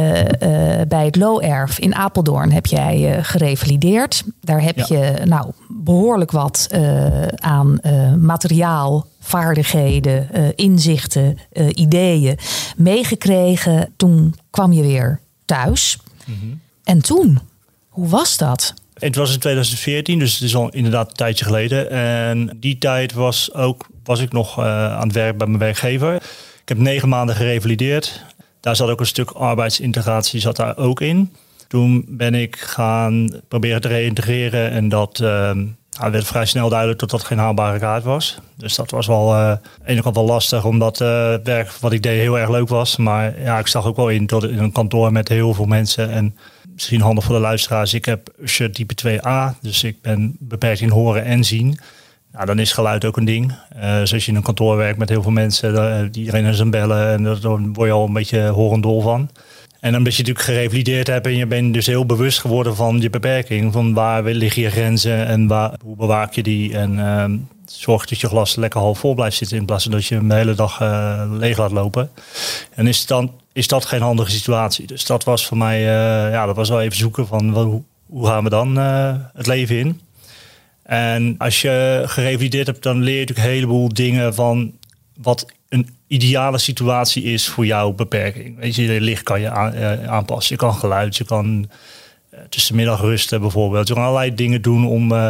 bij het LOERF in Apeldoorn heb jij gerevalideerd. Daar heb je behoorlijk wat aan materiaal, vaardigheden, inzichten, ideeën meegekregen. Toen kwam je weer thuis. Mm-hmm. En toen, hoe was dat? Het was in 2014, dus het is al inderdaad een tijdje geleden. En die tijd was ik nog aan het werk bij mijn werkgever. Ik heb 9 maanden gerevalideerd. Daar zat ook een stuk arbeidsintegratie zat daar ook in. Toen ben ik gaan proberen te reïntegreren en dat werd vrij snel duidelijk dat dat geen haalbare kaart was. Dus dat was wel aan de ene kant wel lastig, omdat het werk wat ik deed heel erg leuk was. Maar ja, ik zag ook wel in dat in een kantoor met heel veel mensen. En misschien handig voor de luisteraars, ik heb Usher type 2A. Dus ik ben beperkt in horen en zien. Nou, dan is geluid ook een ding. Dus als je in een kantoor werkt met heel veel mensen, iedereen is aan bellen en dan word je al een beetje horendol van. En omdat je natuurlijk gerevalideerd hebt en je bent dus heel bewust geworden van je beperking. Van waar liggen je grenzen en hoe bewaak je die. En zorg dat je glas lekker half vol blijft zitten in plaats van dat je hem de hele dag leeg laat lopen. En is dat geen handige situatie. Dus dat was voor mij, dat was wel even zoeken van hoe gaan we dan het leven in. En als je gerevalideerd hebt, dan leer je natuurlijk een heleboel dingen van wat een ideale situatie is voor jouw beperking. Weet je licht kan je aanpassen, je kan geluid, je kan tussenmiddag rusten bijvoorbeeld. Je kan allerlei dingen doen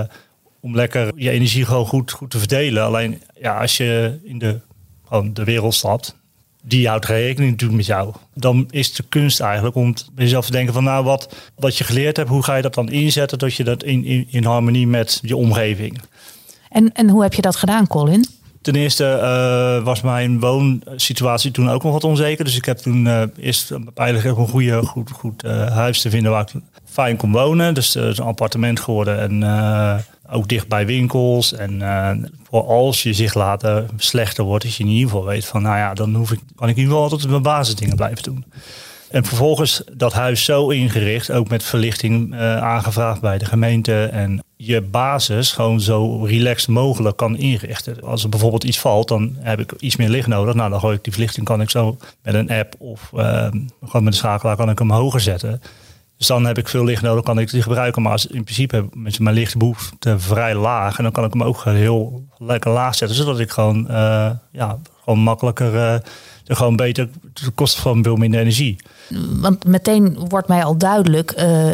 om lekker je energie gewoon goed te verdelen. Alleen als je in de wereld stapt, die houdt rekening natuurlijk met jou. Dan is de kunst eigenlijk om bij jezelf te denken van wat je geleerd hebt, hoe ga je dat dan inzetten dat je dat in harmonie met je omgeving. En hoe heb je dat gedaan, Colin? Ten eerste was mijn woonsituatie toen ook nog wat onzeker. Dus ik heb toen eerst eigenlijk een goed huis te vinden waar ik fijn kon wonen. Dus het is een appartement geworden en ook dicht bij winkels. En voor als je zich later slechter wordt, dat je in ieder geval weet van dan kan ik in ieder geval altijd mijn basisdingen blijven doen. En vervolgens dat huis zo ingericht, ook met verlichting aangevraagd bij de gemeente. En je basis gewoon zo relaxed mogelijk kan inrichten. Als er bijvoorbeeld iets valt, dan heb ik iets meer licht nodig. Nou, dan gooi ik die verlichting, kan ik zo met een app of gewoon met een schakelaar kan ik hem hoger zetten. Dus dan heb ik veel licht nodig, kan ik die gebruiken. Maar in principe heb ik mijn lichtbehoefte vrij laag. En dan kan ik hem ook heel lekker laag zetten. Zodat ik gewoon makkelijker, gewoon beter, het kost gewoon veel minder energie. Want meteen wordt mij al duidelijk,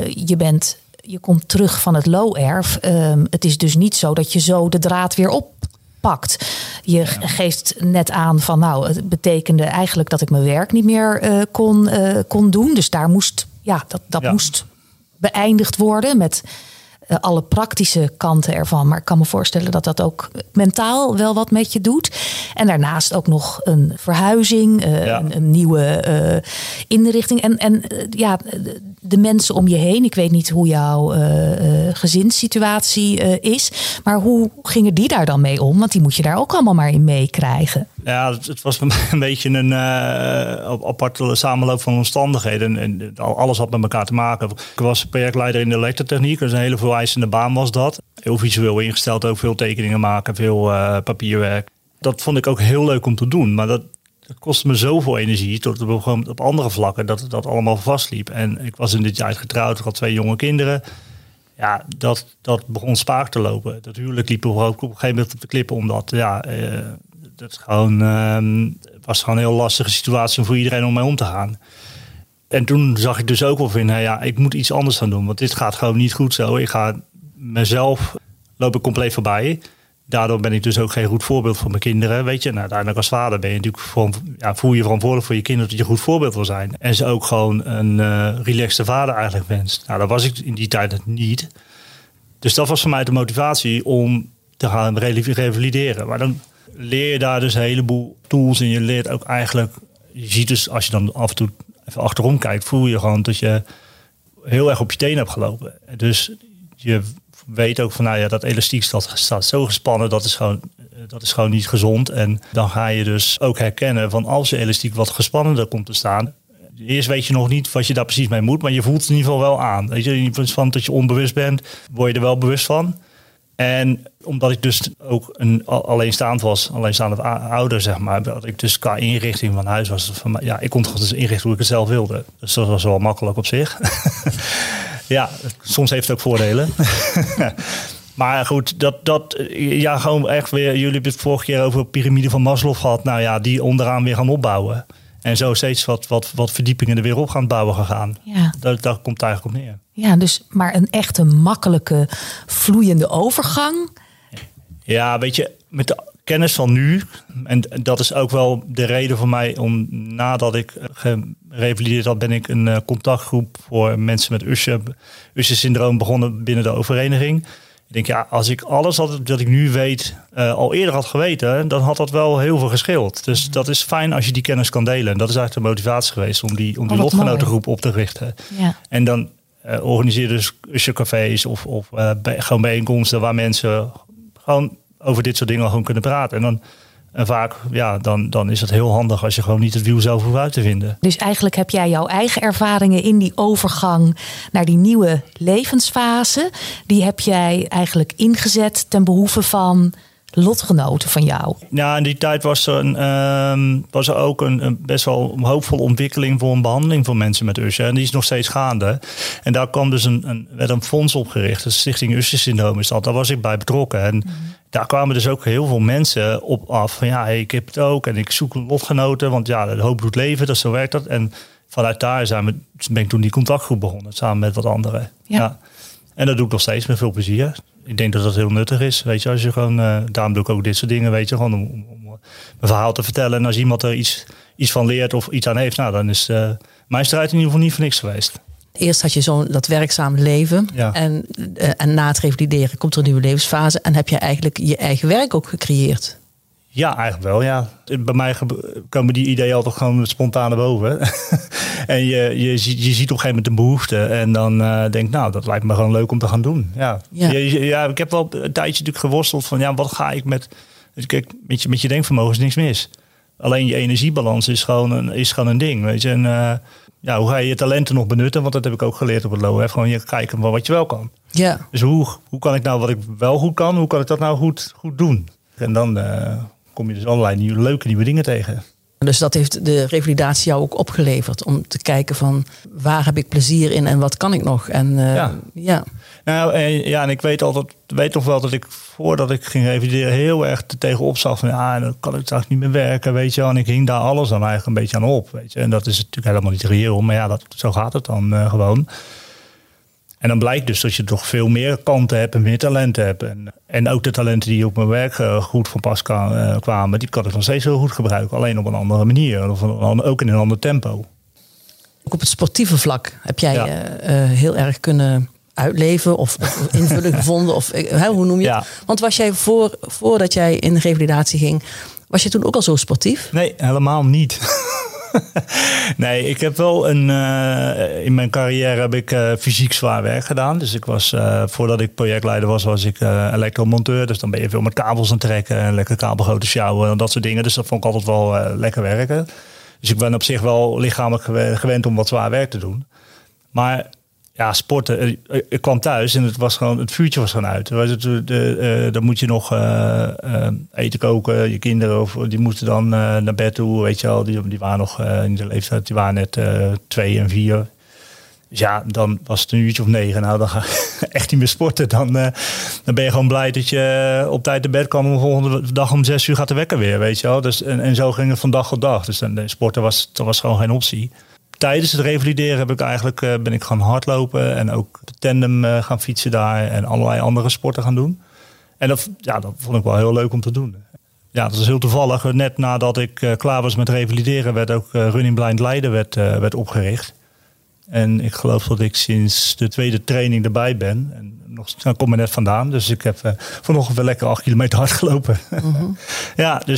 je komt terug van het low-erf. Het is dus niet zo dat je zo de draad weer oppakt. Je geeft net aan van het betekende eigenlijk dat ik mijn werk niet meer kon doen. Dus daar moest moest beëindigd worden met alle praktische kanten ervan. Maar ik kan me voorstellen dat dat ook mentaal wel wat met je doet. En daarnaast ook nog een verhuizing, een nieuwe inrichting. En de mensen om je heen. Ik weet niet hoe jouw gezinssituatie is. Maar hoe gingen die daar dan mee om? Want die moet je daar ook allemaal maar in meekrijgen. Ja, het was voor mij een beetje een aparte samenloop van omstandigheden. En alles had met elkaar te maken. Ik was projectleider in de elektrotechniek. Dus een hele veel eisende baan was dat. Heel visueel ingesteld, ook veel tekeningen maken, veel papierwerk. Dat vond ik ook heel leuk om te doen. Maar dat kostte me zoveel energie tot op andere vlakken dat allemaal vastliep. En ik was in dit jaar getrouwd, ik had 2 jonge kinderen. Ja, dat begon spaak te lopen. Dat huwelijk liep ook op een gegeven moment op de klippen, omdat dat was gewoon een heel lastige situatie voor iedereen om mee om te gaan. En toen zag ik dus ook wel van, ik moet iets anders gaan doen. Want dit gaat gewoon niet goed zo. Ik ga mezelf, loop ik compleet voorbij. Daardoor ben ik dus ook geen goed voorbeeld voor mijn kinderen. Weet je, uiteindelijk als vader ben je natuurlijk voel je verantwoordelijk voor je kinderen dat je een goed voorbeeld wil zijn. En ze ook gewoon een relaxte vader eigenlijk wenst. Nou, dat was ik in die tijd niet. Dus dat was voor mij de motivatie om te gaan revalideren. Maar dan leer je daar dus een heleboel tools en je leert ook eigenlijk, je ziet dus als je dan af en toe even achterom kijkt, voel je gewoon dat je heel erg op je tenen hebt gelopen. Dus je weet ook van dat elastiek staat zo gespannen, dat is gewoon niet gezond. En dan ga je dus ook herkennen van als je elastiek wat gespannender komt te staan. Eerst weet je nog niet wat je daar precies mee moet, maar je voelt het in ieder geval wel aan. Weet je, in plaats van dat je onbewust bent, word je er wel bewust van. En omdat ik dus ook een alleenstaande ouder, zeg maar, dat ik dus qua inrichting van huis was, ik kon het dus inrichten hoe ik het zelf wilde. Dus dat was wel makkelijk op zich. Ja, soms heeft het ook voordelen. Maar goed, gewoon echt weer, jullie hebben het vorige keer over de piramide van Maslow gehad. Die onderaan weer gaan opbouwen. En zo steeds wat verdiepingen er weer op gaan bouwen gegaan. Ja. Daar komt het eigenlijk op neer. Ja, dus maar een echte makkelijke, vloeiende overgang. Ja, weet je, met de kennis van nu, en dat is ook wel de reden voor mij om nadat ik gerevalideerd had, ben ik een contactgroep voor mensen met Usher-syndroom begonnen binnen de oververeniging. Ik denk, als ik alles dat ik nu weet al eerder had geweten, dan had dat wel heel veel gescheeld. Dus dat is fijn als je die kennis kan delen. En dat is eigenlijk de motivatie geweest om die lotgenotengroep op te richten. Ja. En dan organiseer dus Usher-cafés of gewoon bijeenkomsten waar mensen gewoon over dit soort dingen gewoon kunnen praten. En vaak, dan is het heel handig als je gewoon niet het wiel zelf hoeft uit te vinden. Dus eigenlijk heb jij jouw eigen ervaringen in die overgang naar die nieuwe levensfase. Die heb jij eigenlijk ingezet ten behoeve van lotgenoten van jou. Ja, in die tijd was er ook een best wel hoopvolle ontwikkeling voor een behandeling voor mensen met Usher. En die is nog steeds gaande. En daar kwam dus werd een fonds opgericht. De Stichting Usher-syndroom is dat. Daar was ik bij betrokken. En daar kwamen dus ook heel veel mensen op af. Van ik heb het ook en ik zoek lotgenoten. Want de hoop doet leven, zo werkt dat. En vanuit daar ben ik toen die contactgroep begonnen. Samen met wat anderen. Ja. En dat doe ik nog steeds met veel plezier. Ik denk dat dat heel nuttig is. Weet je, als je gewoon, daarom doe ik ook dit soort dingen, weet je, gewoon om mijn verhaal te vertellen. En als iemand er iets van leert of iets aan heeft, dan is mijn strijd in ieder geval niet voor niks geweest. Eerst had je dat werkzame leven. Ja. En na het revalideren komt er een nieuwe levensfase. En heb je eigenlijk je eigen werk ook gecreëerd. Ja, eigenlijk wel, ja. Bij mij komen die ideeën altijd gewoon spontaan naar boven. En je ziet op een gegeven moment een behoefte. En dan denk ik, nou, dat lijkt me gewoon leuk om te gaan doen. Ja, ik heb wel een tijdje natuurlijk geworsteld van, wat ga ik met... Kijk, met je denkvermogen is niks mis. Alleen je energiebalans is gewoon een ding, weet je. En hoe ga je talenten nog benutten? Want dat heb ik ook geleerd op het LOF. Gewoon je kijken wat je wel kan. Ja. Dus hoe kan ik nou wat ik wel goed kan, hoe kan ik dat nou goed doen? En dan kom je dus allerlei leuke nieuwe dingen tegen. Dus dat heeft de revalidatie jou ook opgeleverd. Om te kijken van waar heb ik plezier in en wat kan ik nog. En ja. Nou, en ik weet nog wel dat ik voordat ik ging revalideren heel erg tegenop zag van dan kan ik straks niet meer werken, weet je wel. En ik hing daar alles dan eigenlijk een beetje aan op, weet je. En dat is natuurlijk helemaal niet reëel, maar zo gaat het dan gewoon. En dan blijkt dus dat je toch veel meer kanten hebt en meer talenten hebt. En ook de talenten die op mijn werk goed van pas kwamen, die kan ik nog steeds heel goed gebruiken. Alleen op een andere manier, of ook in een ander tempo. Ook op het sportieve vlak heb jij heel erg kunnen uitleven of invulling gevonden. Of hoe noem je het? Want was jij voordat jij in de revalidatie ging, was je toen ook al zo sportief? Nee, helemaal niet. Nee, ik heb wel in mijn carrière heb ik fysiek zwaar werk gedaan. Dus ik was, voordat ik projectleider was ik elektromonteur. Dus dan ben je veel met kabels aan het trekken en lekker kabelgoten sjouwen en dat soort dingen. Dus dat vond ik altijd wel lekker werken. Dus ik ben op zich wel lichamelijk gewend om wat zwaar werk te doen. Maar ja, sporten. Ik kwam thuis en het vuurtje was gewoon uit. Dan moet je nog eten koken. Je kinderen die moesten dan naar bed toe, weet je wel. Die waren nog in de leeftijd, die waren net 2 en 4. Dus ja, dan was het een uurtje of 9. Nou, dan ga je echt niet meer sporten. Dan ben je gewoon blij dat je op tijd naar bed kwam. De volgende dag om 6 uur gaat de wekker weer, weet je wel. Dus, en zo ging het van dag tot dag. Dus sporten was gewoon geen optie. Tijdens het revalideren ben ik gaan hardlopen en ook de tandem gaan fietsen daar en allerlei andere sporten gaan doen. En dat vond ik wel heel leuk om te doen. Ja, dat is heel toevallig. Net nadat ik klaar was met revalideren werd ook Running Blind Leiden werd opgericht. En ik geloof dat ik sinds de 2e training erbij ben. En dan kom ik net vandaan. Dus ik heb vanochtend wel lekker 8 kilometer hard gelopen. Mm-hmm. Ja, dus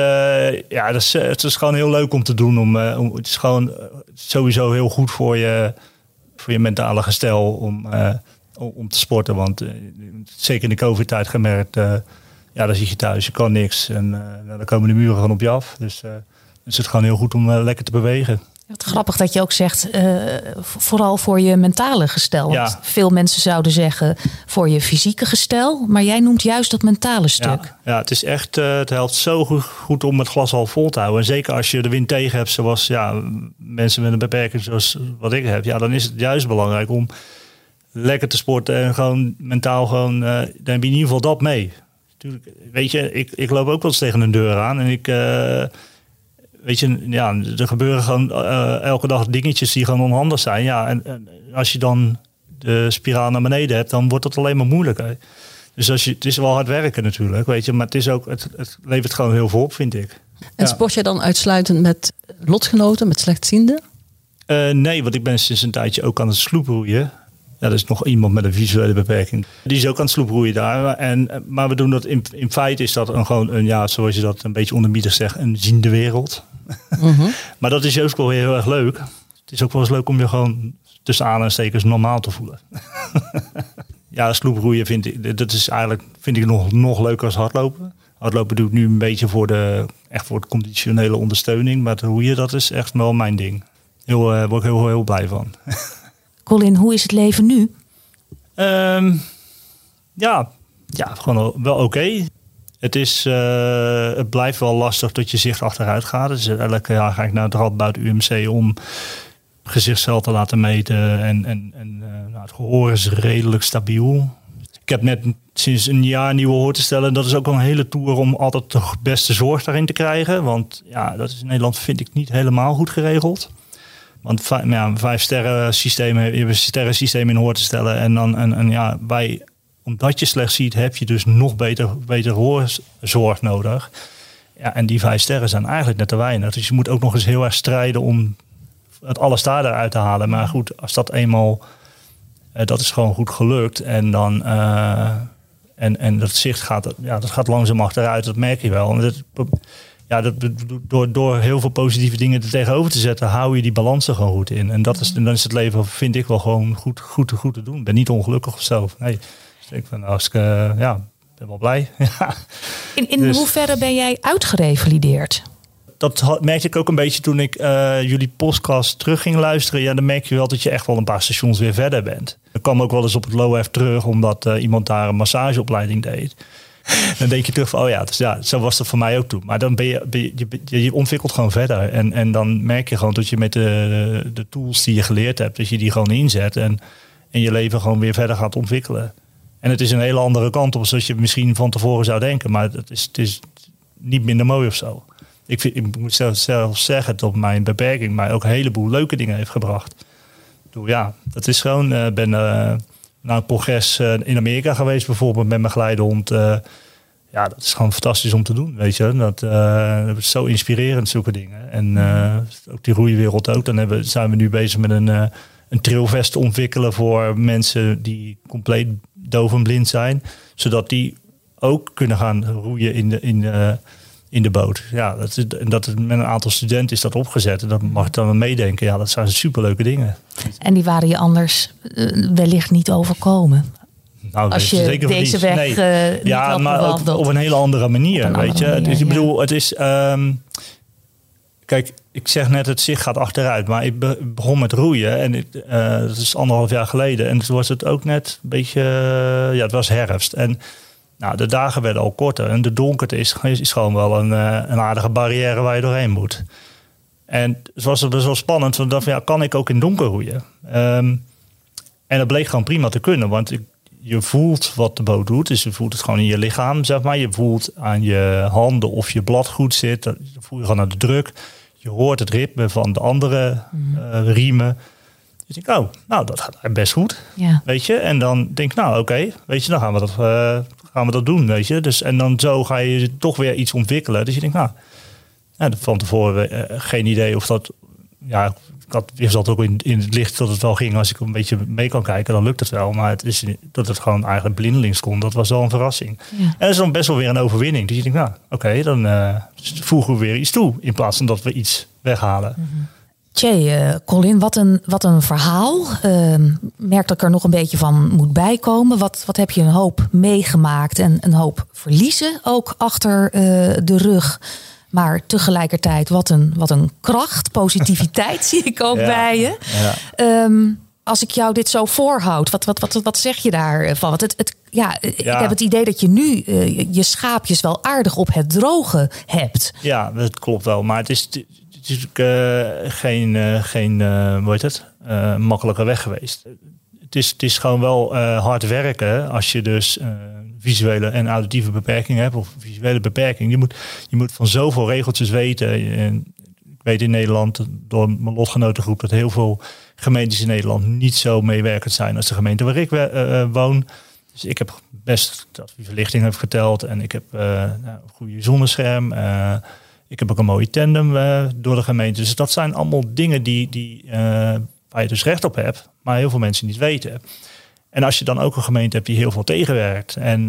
het is gewoon heel leuk om te doen. Het is gewoon sowieso heel goed voor je mentale gestel om te sporten. Want zeker in de COVID-tijd gemerkt, dan zit je thuis, je kan niks. En dan komen de muren gewoon op je af. Dus is het gewoon heel goed om lekker te bewegen. Wat grappig dat je ook zegt, vooral voor je mentale gestel. Ja. Want veel mensen zouden zeggen voor je fysieke gestel. Maar jij noemt juist dat mentale stuk. Ja, het is echt, het helpt zo goed om het glas half vol te houden. En zeker als je de wind tegen hebt, zoals mensen met een beperking zoals wat ik heb. Ja, dan is het juist belangrijk om lekker te sporten en gewoon mentaal dan heb je in ieder geval dat mee. Tuurlijk, weet je, ik loop ook wel eens tegen een deur aan en ik... weet je, er gebeuren gewoon elke dag dingetjes die gewoon onhandig zijn. Ja, en als je dan de spiraal naar beneden hebt, dan wordt het alleen maar moeilijker. Dus het is wel hard werken natuurlijk, weet je. Maar het levert gewoon heel veel op, vind ik. En sport jij dan uitsluitend met lotgenoten, met slechtzienden? Nee, want ik ben sinds een tijdje ook aan het sloeproeien. Ja, er is nog iemand met een visuele beperking. Die is ook aan het sloeproeien daar. Maar we doen dat in feite is dat zoals je dat een beetje onderbiedig zegt, een ziende wereld. Mm-hmm. Maar dat is juist wel heel erg leuk. Het is ook wel eens leuk om je gewoon tussen aanstekers normaal te voelen. Ja, sloeproeien vind ik nog leuker als hardlopen. Hardlopen doe ik nu een beetje voor de conditionele ondersteuning. Maar het roeien, dat is echt wel mijn ding. Word ik heel, heel blij van. Colin, hoe is het leven nu? Gewoon wel oké. Het blijft wel lastig dat je zicht achteruit gaat. Dus elke jaar ga ik naar het Radboud UMC om gezichtsveld te laten meten. En het gehoor is redelijk stabiel. Ik heb net sinds een jaar nieuwe hoortoestellen. Dat is ook wel een hele tour om altijd de beste zorg daarin te krijgen. Want dat is in Nederland vind ik niet helemaal goed geregeld. Want 5-sterren systeem, je hebt een sterrensysteem in hoortoestellen. En omdat je slecht ziet, heb je dus nog beter hoorzorg nodig. Ja, en die 5 sterren zijn eigenlijk net te weinig. Dus je moet ook nog eens heel erg strijden om het alles daaruit te halen. Maar goed, als dat eenmaal, dat is gewoon goed gelukt. En dan En dat zicht gaat langzaam achteruit, dat merk je wel. En door heel veel positieve dingen er tegenover te zetten, hou je die balans er gewoon goed in. En dan is het leven, vind ik, wel gewoon goed te doen. Ik ben niet ongelukkig of zo. Nee, dus ik ben ben wel blij. In hoeverre ben jij uitgerevalideerd? Dat merkte ik ook een beetje toen ik jullie podcast terug ging luisteren. Ja, dan merk je wel dat je echt wel een paar stations weer verder bent. Ik kwam ook wel eens op het LOEF terug, omdat iemand daar een massageopleiding deed. Dan denk je terug van, zo was dat voor mij ook toen. Maar dan je ontwikkelt gewoon verder. En dan merk je gewoon dat je met de tools die je geleerd hebt, dat je die gewoon inzet en je leven gewoon weer verder gaat ontwikkelen. En het is een hele andere kant op, zoals je misschien van tevoren zou denken. Maar het is niet minder mooi of zo. Ik moet zelf zeggen dat mijn beperking mij ook een heleboel leuke dingen heeft gebracht. Dat is gewoon, ben naar een congres in Amerika geweest bijvoorbeeld met mijn geleidehond. Dat is gewoon fantastisch om te doen, weet je. Dat is zo inspirerend, zulke dingen. En ook die roeiwereld ook. Dan zijn we nu bezig met een trailvest te ontwikkelen voor mensen die compleet doof en blind zijn. Zodat die ook kunnen gaan roeien in de boot. Ja, dat met een aantal studenten is dat opgezet. En dat mag ik dan meedenken. Ja, dat zijn superleuke dingen. En die waren je anders wellicht niet overkomen. Nou, als je zeker deze weg niet had maar bewandeld. op een hele andere manier. Weet je? Dus ik bedoel, het is... kijk, ik zeg net, het zicht gaat achteruit. Maar ik begon met roeien. En dat is 1,5 jaar geleden. En toen was het ook net een beetje... het was herfst. En de dagen werden al korter. En de donkerte is gewoon wel een aardige barrière waar je doorheen moet. En het was best wel spannend. Want ik dacht, kan ik ook in donker roeien? En dat bleek gewoon prima te kunnen. Want je voelt wat de boot doet. Dus je voelt het gewoon in je lichaam, zeg maar. Je voelt aan je handen of je blad goed zit. Dan voel je gewoon aan de druk. Je hoort het ritme van de andere riemen. Dus ik denk, dat gaat best goed. Ja. Weet je? En dan denk ik, oké, weet je, dan gaan we dat doen, weet je. Dus, en dan zo ga je toch weer iets ontwikkelen. Dus je denkt, van tevoren geen idee of dat... Ja, ik wist dat ook in het licht dat het wel ging. Als ik een beetje mee kan kijken, dan lukt het wel. Maar dat het gewoon eigenlijk blindelings kon, dat was wel een verrassing. Ja. En dat is dan best wel weer een overwinning. Dus je denkt, oké, dan voegen we weer iets toe. In plaats van dat we iets weghalen. Mm-hmm. Colin, wat een verhaal. Merk dat ik er nog een beetje van moet bijkomen. Wat heb je een hoop meegemaakt en een hoop verliezen ook achter de rug. Maar tegelijkertijd, wat een kracht, positiviteit zie ik ook bij je. Ja. Als ik jou dit zo voorhoud, wat zeg je daarvan? Ik heb het idee dat je nu je schaapjes wel aardig op het droge hebt. Ja, dat klopt wel. Maar het is natuurlijk geen makkelijke weg geweest. Het is gewoon wel hard werken als je dus visuele en auditieve beperking hebt. Of visuele beperking. Je moet van zoveel regeltjes weten. En ik weet in Nederland door mijn lotgenotengroep dat heel veel gemeentes in Nederland niet zo meewerkend zijn als de gemeente waar ik woon. Dus ik heb best verlichting heb geteld. En ik heb een goede zonnescherm. Ik heb ook een mooie tandem door de gemeente. Dus dat zijn allemaal dingen waar je dus recht op hebt, maar heel veel mensen niet weten. En als je dan ook een gemeente hebt die heel veel tegenwerkt. En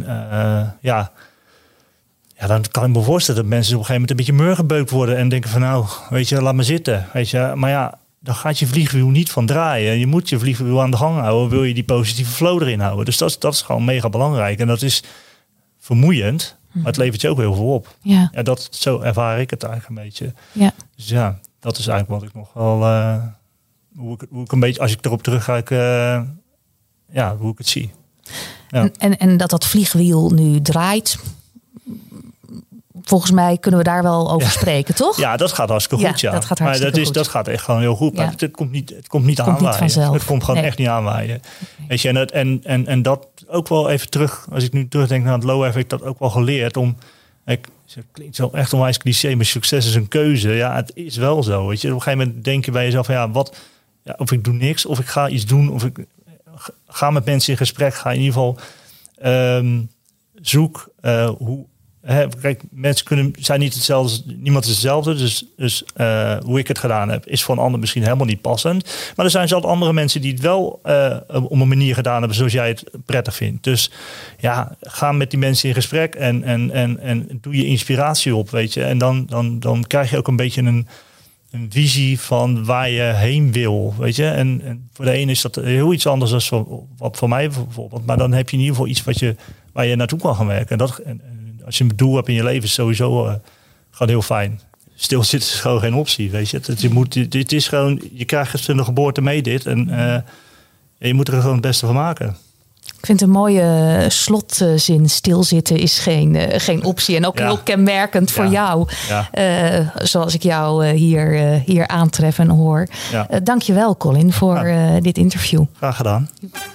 dan kan ik me voorstellen dat mensen op een gegeven moment een beetje murgebeukt worden. En denken van weet je, laat maar zitten. Weet je, maar dan gaat je vliegwiel niet van draaien. Je moet je vliegwiel aan de gang houden, wil je die positieve flow erin houden. Dus dat is gewoon mega belangrijk. En dat is vermoeiend, maar het levert je ook heel veel op. Ja. Zo ervaar ik het eigenlijk een beetje. Ja. Dus dat is eigenlijk wat ik nog wel... hoe ik een beetje, als ik erop terugkijk, hoe ik het zie. Ja. En dat vliegwiel nu draait... Volgens mij kunnen we daar wel over spreken, toch? Ja, dat gaat hartstikke goed, Dat gaat hartstikke goed. Dat gaat echt gewoon heel goed. Maar het komt niet aanwaaien. Het komt gewoon echt niet aanwaaien. Weet je, en dat ook wel even terug... Als ik nu terugdenk naar het LOEF, heb ik dat ook wel geleerd om... Het klinkt zo echt onwijs cliché, maar succes is een keuze. Ja, het is wel zo. Weet je. Op een gegeven moment denk je bij jezelf of ik doe niks, of ik ga iets doen, of ik ga met mensen in gesprek, ga in ieder geval zoek hoe Kijk, mensen zijn niet hetzelfde. Niemand is hetzelfde. Dus hoe ik het gedaan heb, is voor een ander misschien helemaal niet passend. Maar er zijn zelfs andere mensen die het wel op een manier gedaan hebben zoals jij het prettig vindt. Dus ja, ga met die mensen in gesprek en doe je inspiratie op, weet je. En dan krijg je ook een beetje een visie van waar je heen wil, weet je. En voor de ene is dat heel iets anders dan wat voor mij bijvoorbeeld. Maar dan heb je in ieder geval iets waar je naartoe kan gaan werken. En als je een doel hebt in je leven, is sowieso gewoon heel fijn. Stilzitten is gewoon geen optie, weet je. Dit is gewoon, je krijgt het van de geboorte mee dit. En je moet er gewoon het beste van maken. Ik vind een mooie slotzin. Stilzitten is geen optie. En ook heel kenmerkend voor jou. Ja. Zoals ik jou hier aantref en hoor. Ja. Dank je wel, Colin, voor dit interview. Graag gedaan.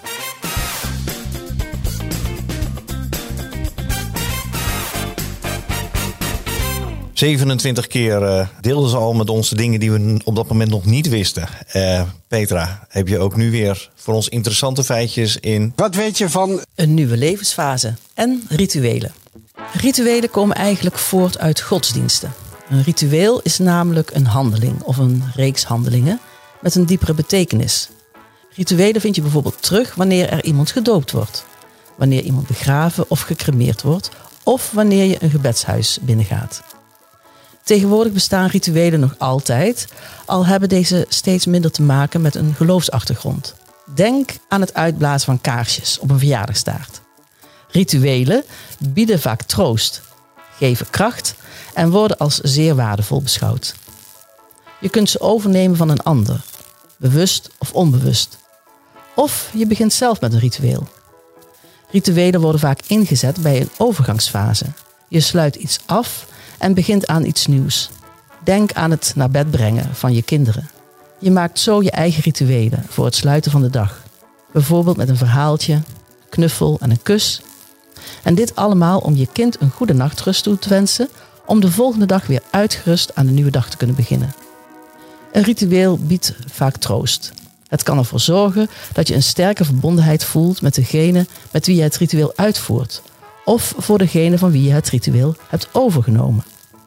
27 keer deelden ze al met ons de dingen die we op dat moment nog niet wisten. Petra, heb je ook nu weer voor ons interessante feitjes in... Wat weet je van... Een nieuwe levensfase en rituelen. Rituelen komen eigenlijk voort uit godsdiensten. Een ritueel is namelijk een handeling of een reeks handelingen met een diepere betekenis. Rituelen vind je bijvoorbeeld terug wanneer er iemand gedoopt wordt, wanneer iemand begraven of gecremeerd wordt of wanneer je een gebedshuis binnengaat. Tegenwoordig bestaan rituelen nog altijd, al hebben deze steeds minder te maken met een geloofsachtergrond. Denk aan het uitblazen van kaarsjes op een verjaardagstaart. Rituelen bieden vaak troost, geven kracht en worden als zeer waardevol beschouwd. Je kunt ze overnemen van een ander, bewust of onbewust. Of je begint zelf met een ritueel. Rituelen worden vaak ingezet bij een overgangsfase. Je sluit iets af en begint aan iets nieuws. Denk aan het naar bed brengen van je kinderen. Je maakt zo je eigen rituelen voor het sluiten van de dag. Bijvoorbeeld met een verhaaltje, knuffel en een kus. En dit allemaal om je kind een goede nachtrust toe te wensen, om de volgende dag weer uitgerust aan de nieuwe dag te kunnen beginnen. Een ritueel biedt vaak troost. Het kan ervoor zorgen dat je een sterke verbondenheid voelt met degene met wie je het ritueel uitvoert, of voor degene van wie je het ritueel hebt overgenomen.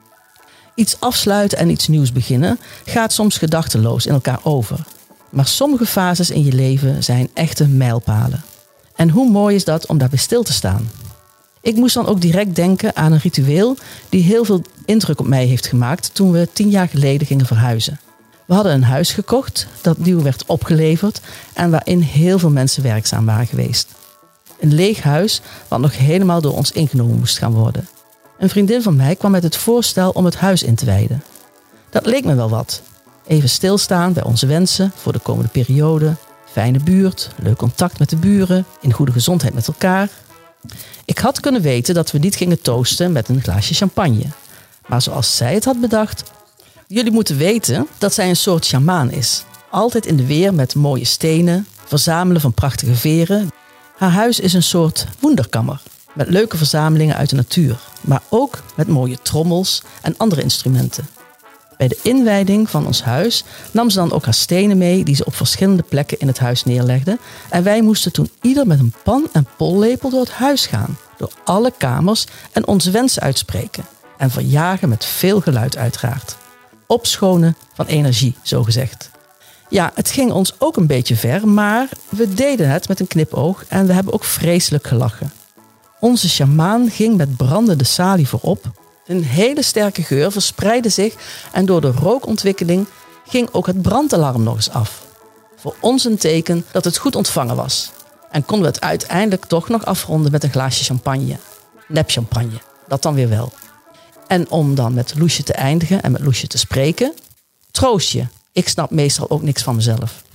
Iets afsluiten en iets nieuws beginnen gaat soms gedachteloos in elkaar over. Maar sommige fases in je leven zijn echte mijlpalen. En hoe mooi is dat om daarbij stil te staan? Ik moest dan ook direct denken aan een ritueel die heel veel indruk op mij heeft gemaakt toen we 10 jaar geleden gingen verhuizen. We hadden een huis gekocht dat nieuw werd opgeleverd en waarin heel veel mensen werkzaam waren geweest. Een leeg huis wat nog helemaal door ons ingenomen moest gaan worden. Een vriendin van mij kwam met het voorstel om het huis in te wijden. Dat leek me wel wat. Even stilstaan bij onze wensen voor de komende periode. Fijne buurt, leuk contact met de buren, in goede gezondheid met elkaar. Ik had kunnen weten dat we niet gingen toosten met een glaasje champagne. Maar zoals zij het had bedacht... Jullie moeten weten dat zij een soort sjamaan is. Altijd in de weer met mooie stenen, verzamelen van prachtige veren. Haar huis is een soort wonderkammer. Met leuke verzamelingen uit de natuur. Maar ook met mooie trommels en andere instrumenten. Bij de inwijding van ons huis nam ze dan ook haar stenen mee die ze op verschillende plekken in het huis neerlegde. En wij moesten toen ieder met een pan en pollepel door het huis gaan. Door alle kamers en onze wensen uitspreken. En verjagen met veel geluid uiteraard. Opschonen van energie, zogezegd. Ja, het ging ons ook een beetje ver, maar we deden het met een knipoog en we hebben ook vreselijk gelachen. Onze sjamaan ging met brandende salie voorop. Een hele sterke geur verspreidde zich en door de rookontwikkeling ging ook het brandalarm nog eens af. Voor ons een teken dat het goed ontvangen was. En konden we het uiteindelijk toch nog afronden met een glaasje champagne. Nepchampagne, dat dan weer wel. En om dan met Loesje te eindigen en met Loesje te spreken. Troost je, ik snap meestal ook niks van mezelf.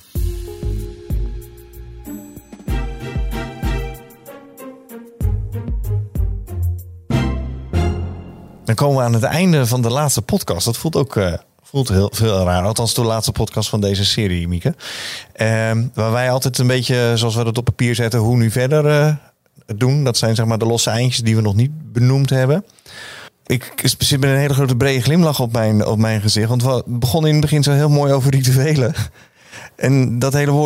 Dan komen we aan het einde van de laatste podcast. Dat voelt heel veel raar. Althans de laatste podcast van deze serie, Mieke. Waar wij altijd een beetje, zoals we dat op papier zetten, hoe nu verder doen. Dat zijn zeg maar de losse eindjes die we nog niet benoemd hebben. Ik zit met een hele grote brede glimlach op mijn gezicht. Want we begonnen in het begin zo heel mooi over rituelen. En dat hele woord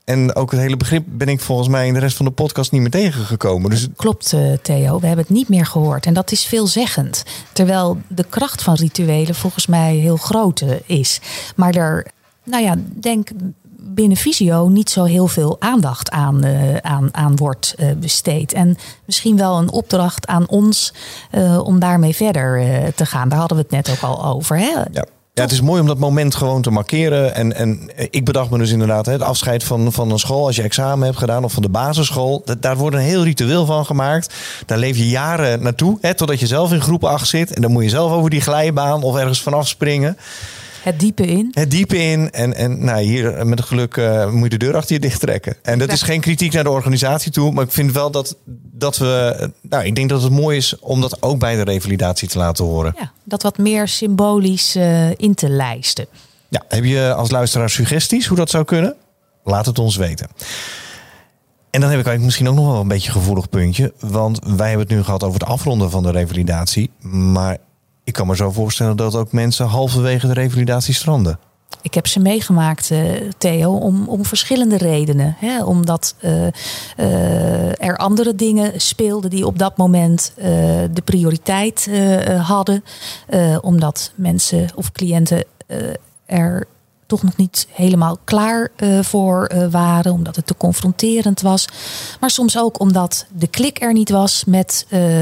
En ook het hele begrip ben ik volgens mij in de rest van de podcast niet meer tegengekomen. Dus... Klopt, Theo. We hebben het niet meer gehoord. En dat is veelzeggend. Terwijl de kracht van rituelen volgens mij heel groot is. Maar er, denk binnen Visio niet zo heel veel aandacht aan wordt besteed. En misschien wel een opdracht aan ons om daarmee verder te gaan. Daar hadden we het net ook al over. Hè? Ja, het is mooi om dat moment gewoon te markeren. En ik bedacht me dus inderdaad het afscheid van een school als je examen hebt gedaan of van de basisschool. Daar wordt een heel ritueel van gemaakt. Daar leef je jaren naartoe, totdat je zelf in groep 8 zit. En dan moet je zelf over die glijbaan of ergens vanaf springen. Het diepe in. En hier met geluk moet je de deur achter je dicht trekken. En dat is geen kritiek naar de organisatie toe. Maar ik vind wel dat we... ik denk dat het mooi is om dat ook bij de revalidatie te laten horen. Ja, dat wat meer symbolisch in te lijsten. Ja, heb je als luisteraar suggesties hoe dat zou kunnen? Laat het ons weten. En dan heb ik eigenlijk misschien ook nog wel een beetje een gevoelig puntje. Want wij hebben het nu gehad over het afronden van de revalidatie. Maar ik kan me zo voorstellen dat ook mensen halverwege de revalidatie stranden. Ik heb ze meegemaakt, Theo, om verschillende redenen. Hè? Omdat er andere dingen speelden die op dat moment de prioriteit hadden. Omdat mensen of cliënten er toch nog niet helemaal klaar voor waren. Omdat het te confronterend was. Maar soms ook omdat de klik er niet was met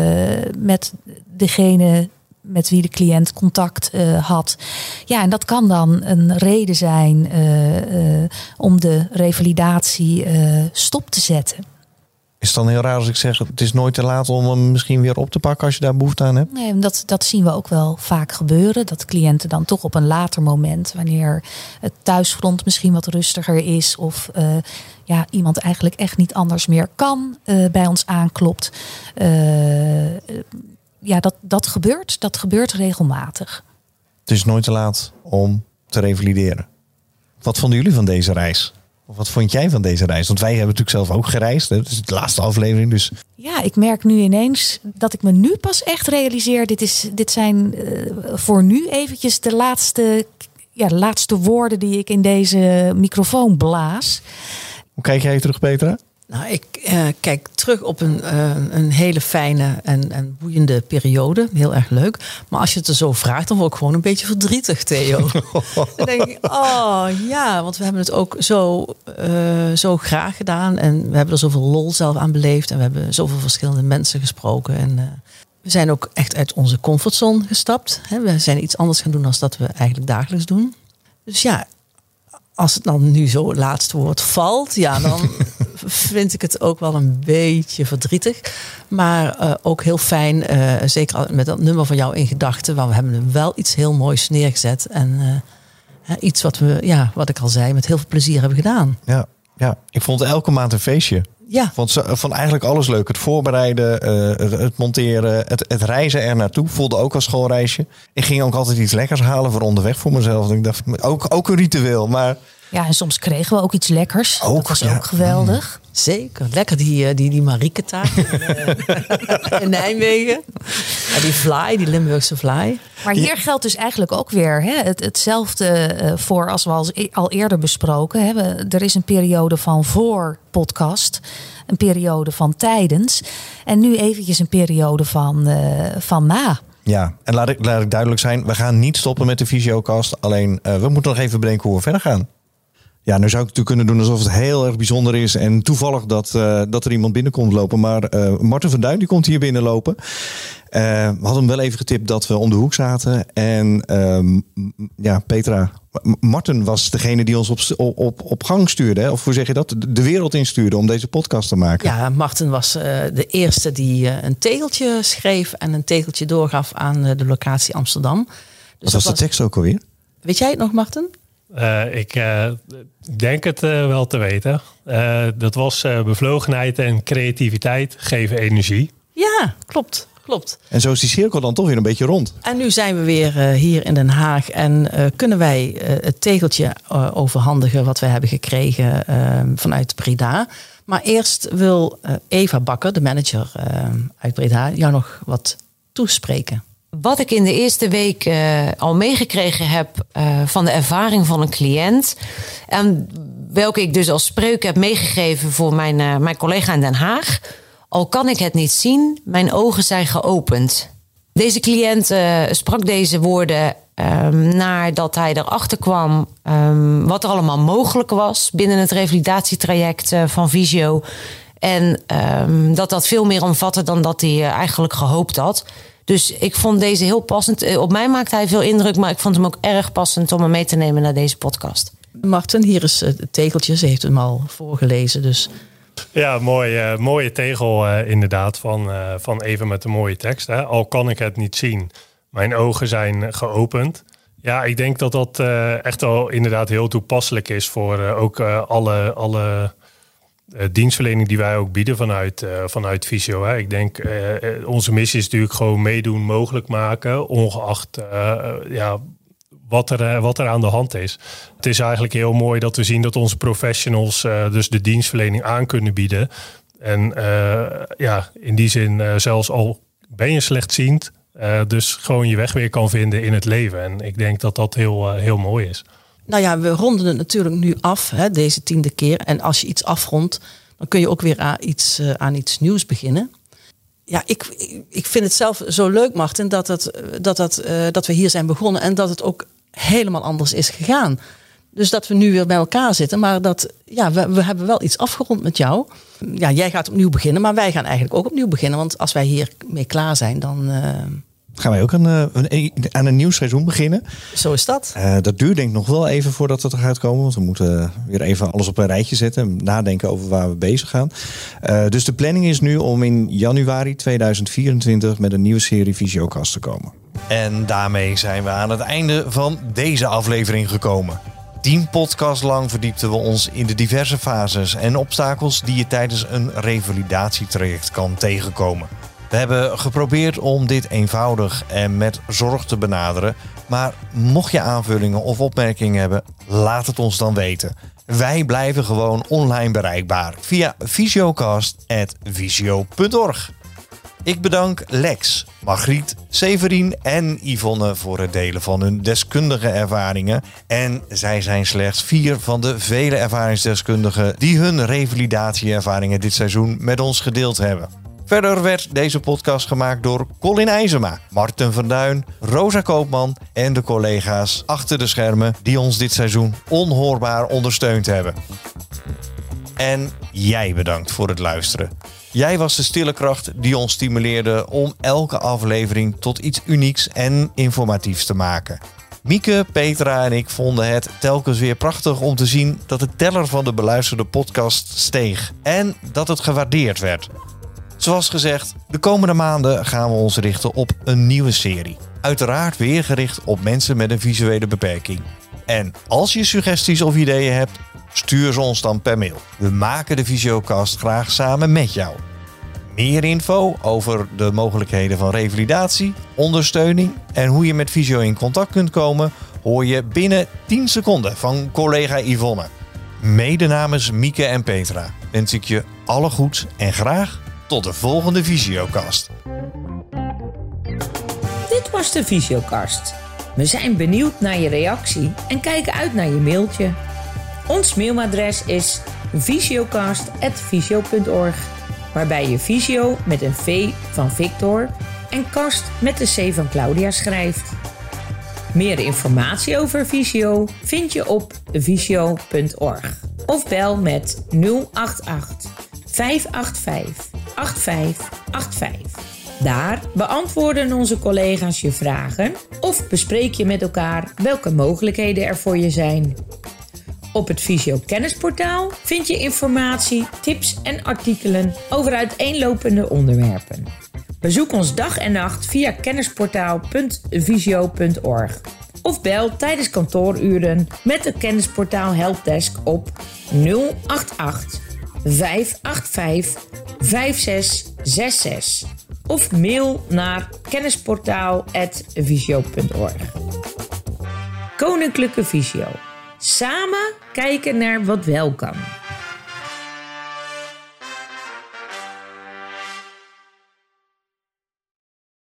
degene met wie de cliënt contact had. Ja, en dat kan dan een reden zijn om de revalidatie stop te zetten. Is het dan heel raar als ik zeg, het is nooit te laat om hem misschien weer op te pakken als je daar behoefte aan hebt? Nee, dat zien we ook wel vaak gebeuren. Dat cliënten dan toch op een later moment, wanneer het thuisfront misschien wat rustiger is of iemand eigenlijk echt niet anders meer kan, bij ons aanklopt. Dat gebeurt. Dat gebeurt regelmatig. Het is nooit te laat om te revalideren. Wat vonden jullie van deze reis? Of wat vond jij van deze reis? Want wij hebben natuurlijk zelf ook gereisd. Hè? Het is de laatste aflevering. Dus. Ja, ik merk nu ineens dat ik me nu pas echt realiseer. Dit zijn voor nu eventjes de laatste woorden die ik in deze microfoon blaas. Hoe kijk jij terug, Petra? Nou, ik kijk terug op een hele fijne en boeiende periode. Heel erg leuk. Maar als je het er zo vraagt, dan word ik gewoon een beetje verdrietig, Theo. Dan denk ik, want we hebben het ook zo graag gedaan. En we hebben er zoveel lol zelf aan beleefd. En we hebben zoveel verschillende mensen gesproken. En we zijn ook echt uit onze comfortzone gestapt. We zijn iets anders gaan doen dan dat we eigenlijk dagelijks doen. Dus ja, als het dan nu zo het laatste woord valt, dan vind ik het ook wel een beetje verdrietig. Maar ook heel fijn, zeker met dat nummer van jou in gedachten. Want we hebben er wel iets heel moois neergezet. En iets wat ik al zei, met heel veel plezier hebben gedaan. Ja, ik vond elke maand een feestje. Ja. Vond eigenlijk alles leuk. Het voorbereiden, het monteren, het reizen er naartoe. Voelde ook als schoolreisje. Ik ging ook altijd iets lekkers halen voor onderweg voor mezelf. Ik dacht, ook een ritueel, maar... Ja, en soms kregen we ook iets lekkers. Dat was ook geweldig. Zeker. Lekker die Marieke-taart in Nijmegen. Ja, die Limburgse vlaai. Maar hier geldt dus eigenlijk ook weer hetzelfde voor als we al eerder besproken hebben. Er is een periode van voor podcast, een periode van tijdens en nu eventjes een periode van na. Ja, en laat ik duidelijk zijn, we gaan niet stoppen met de Visiocast. Alleen we moeten nog even bedenken hoe we verder gaan. Ja, nu zou ik natuurlijk kunnen doen alsof het heel erg bijzonder is en toevallig dat er iemand binnenkomt lopen. Maar Marten van Duin die komt hier binnenlopen. We hadden hem wel even getipt dat we om de hoek zaten. En Petra, Marten was degene die ons op gang stuurde. Hè? Of hoe zeg je dat? De wereld instuurde om deze podcast te maken. Ja, Marten was de eerste die een tegeltje schreef en een tegeltje doorgaf aan de locatie Amsterdam. Dus wat was de tekst ook alweer? Weet jij het nog, Marten? Ik denk het wel te weten. Dat was bevlogenheid en creativiteit geven energie. Ja, klopt. En zo is die cirkel dan toch weer een beetje rond. En nu zijn we weer hier in Den Haag en kunnen wij het tegeltje overhandigen wat we hebben gekregen vanuit Breda. Maar eerst wil Eva Bakker, de manager uit Breda, jou nog wat toespreken. Wat ik in de eerste week al meegekregen heb van de ervaring van een cliënt. En welke ik dus als spreuk heb meegegeven voor mijn collega in Den Haag. Al kan ik het niet zien, mijn ogen zijn geopend. Deze cliënt sprak deze woorden nadat hij erachter kwam wat er allemaal mogelijk was binnen het revalidatietraject van Visio. En dat veel meer omvatte dan dat hij eigenlijk gehoopt had. Dus ik vond deze heel passend. Op mij maakte hij veel indruk, maar ik vond hem ook erg passend om hem mee te nemen naar deze podcast. Marten, hier is het tegeltje. Ze heeft hem al voorgelezen, dus... Ja, mooie tegel inderdaad van Eva met een mooie tekst. Hè? Al kan ik het niet zien, mijn ogen zijn geopend. Ja, ik denk dat dat echt wel inderdaad heel toepasselijk is voor ook alle dienstverlening die wij ook bieden vanuit Visio. Hè. Ik denk, onze missie is natuurlijk gewoon meedoen, mogelijk maken, ongeacht wat er aan de hand is. Het is eigenlijk heel mooi dat we zien dat onze professionals dus de dienstverlening aan kunnen bieden. En in die zin zelfs al ben je slechtziend, dus gewoon je weg weer kan vinden in het leven. En ik denk dat dat heel mooi is. Nou ja, we ronden het natuurlijk nu af, hè, deze 10e keer. En als je iets afrondt, dan kun je ook weer aan iets nieuws beginnen. Ja, ik vind het zelf zo leuk, Marten, dat we hier zijn begonnen en dat het ook helemaal anders is gegaan. Dus dat we nu weer bij elkaar zitten, maar we hebben wel iets afgerond met jou. Ja, jij gaat opnieuw beginnen, maar wij gaan eigenlijk ook opnieuw beginnen. Want als wij hiermee klaar zijn, dan... gaan wij ook aan een nieuw seizoen beginnen. Zo is dat. Dat duurt denk ik nog wel even voordat het er gaat komen. Want we moeten weer even alles op een rijtje zetten. Nadenken over waar we bezig gaan. Dus de planning is nu om in januari 2024 met een nieuwe serie Visiocast te komen. En daarmee zijn we aan het einde van deze aflevering gekomen. 10 podcasts lang verdiepten we ons in de diverse fases en obstakels die je tijdens een revalidatietraject kan tegenkomen. We hebben geprobeerd om dit eenvoudig en met zorg te benaderen. Maar mocht je aanvullingen of opmerkingen hebben, laat het ons dan weten. Wij blijven gewoon online bereikbaar via visiocast@visio.org. Ik bedank Lex, Margriet, Severien en Yvonne voor het delen van hun deskundige ervaringen. En zij zijn slechts 4 van de vele ervaringsdeskundigen die hun revalidatieervaringen dit seizoen met ons gedeeld hebben. Verder werd deze podcast gemaakt door Colin IJzema, Marten van Duin, Rosa Koopman en de collega's achter de schermen die ons dit seizoen onhoorbaar ondersteund hebben. En jij bedankt voor het luisteren. Jij was de stille kracht die ons stimuleerde om elke aflevering tot iets unieks en informatiefs te maken. Mieke, Petra en ik vonden het telkens weer prachtig om te zien dat de teller van de beluisterde podcast steeg en dat het gewaardeerd werd. Zoals gezegd, de komende maanden gaan we ons richten op een nieuwe serie. Uiteraard weer gericht op mensen met een visuele beperking. En als je suggesties of ideeën hebt, stuur ze ons dan per mail. We maken de Visiocast graag samen met jou. Meer info over de mogelijkheden van revalidatie, ondersteuning en hoe je met Visio in contact kunt komen, hoor je binnen 10 seconden van collega Yvonne. Mede namens Mieke en Petra wens ik je alle goeds en graag tot de volgende Visiocast. Dit was de Visiocast. We zijn benieuwd naar je reactie en kijken uit naar je mailtje. Ons mailadres is visiocast@visio.org, waarbij je Visio met een V van Victor en kast met de C van Claudia schrijft. Meer informatie over Visio vind je op visio.org of bel met 088 585 8585. Daar beantwoorden onze collega's je vragen of bespreek je met elkaar welke mogelijkheden er voor je zijn. Op het Visio Kennisportaal vind je informatie, tips en artikelen over uiteenlopende onderwerpen. Bezoek ons dag en nacht via kennisportaal.visio.org of bel tijdens kantooruren met de Kennisportaal Helpdesk op 088 585 5666 of mail naar kennisportaal@visio.org. Koninklijke Visio. Samen kijken naar wat wel kan.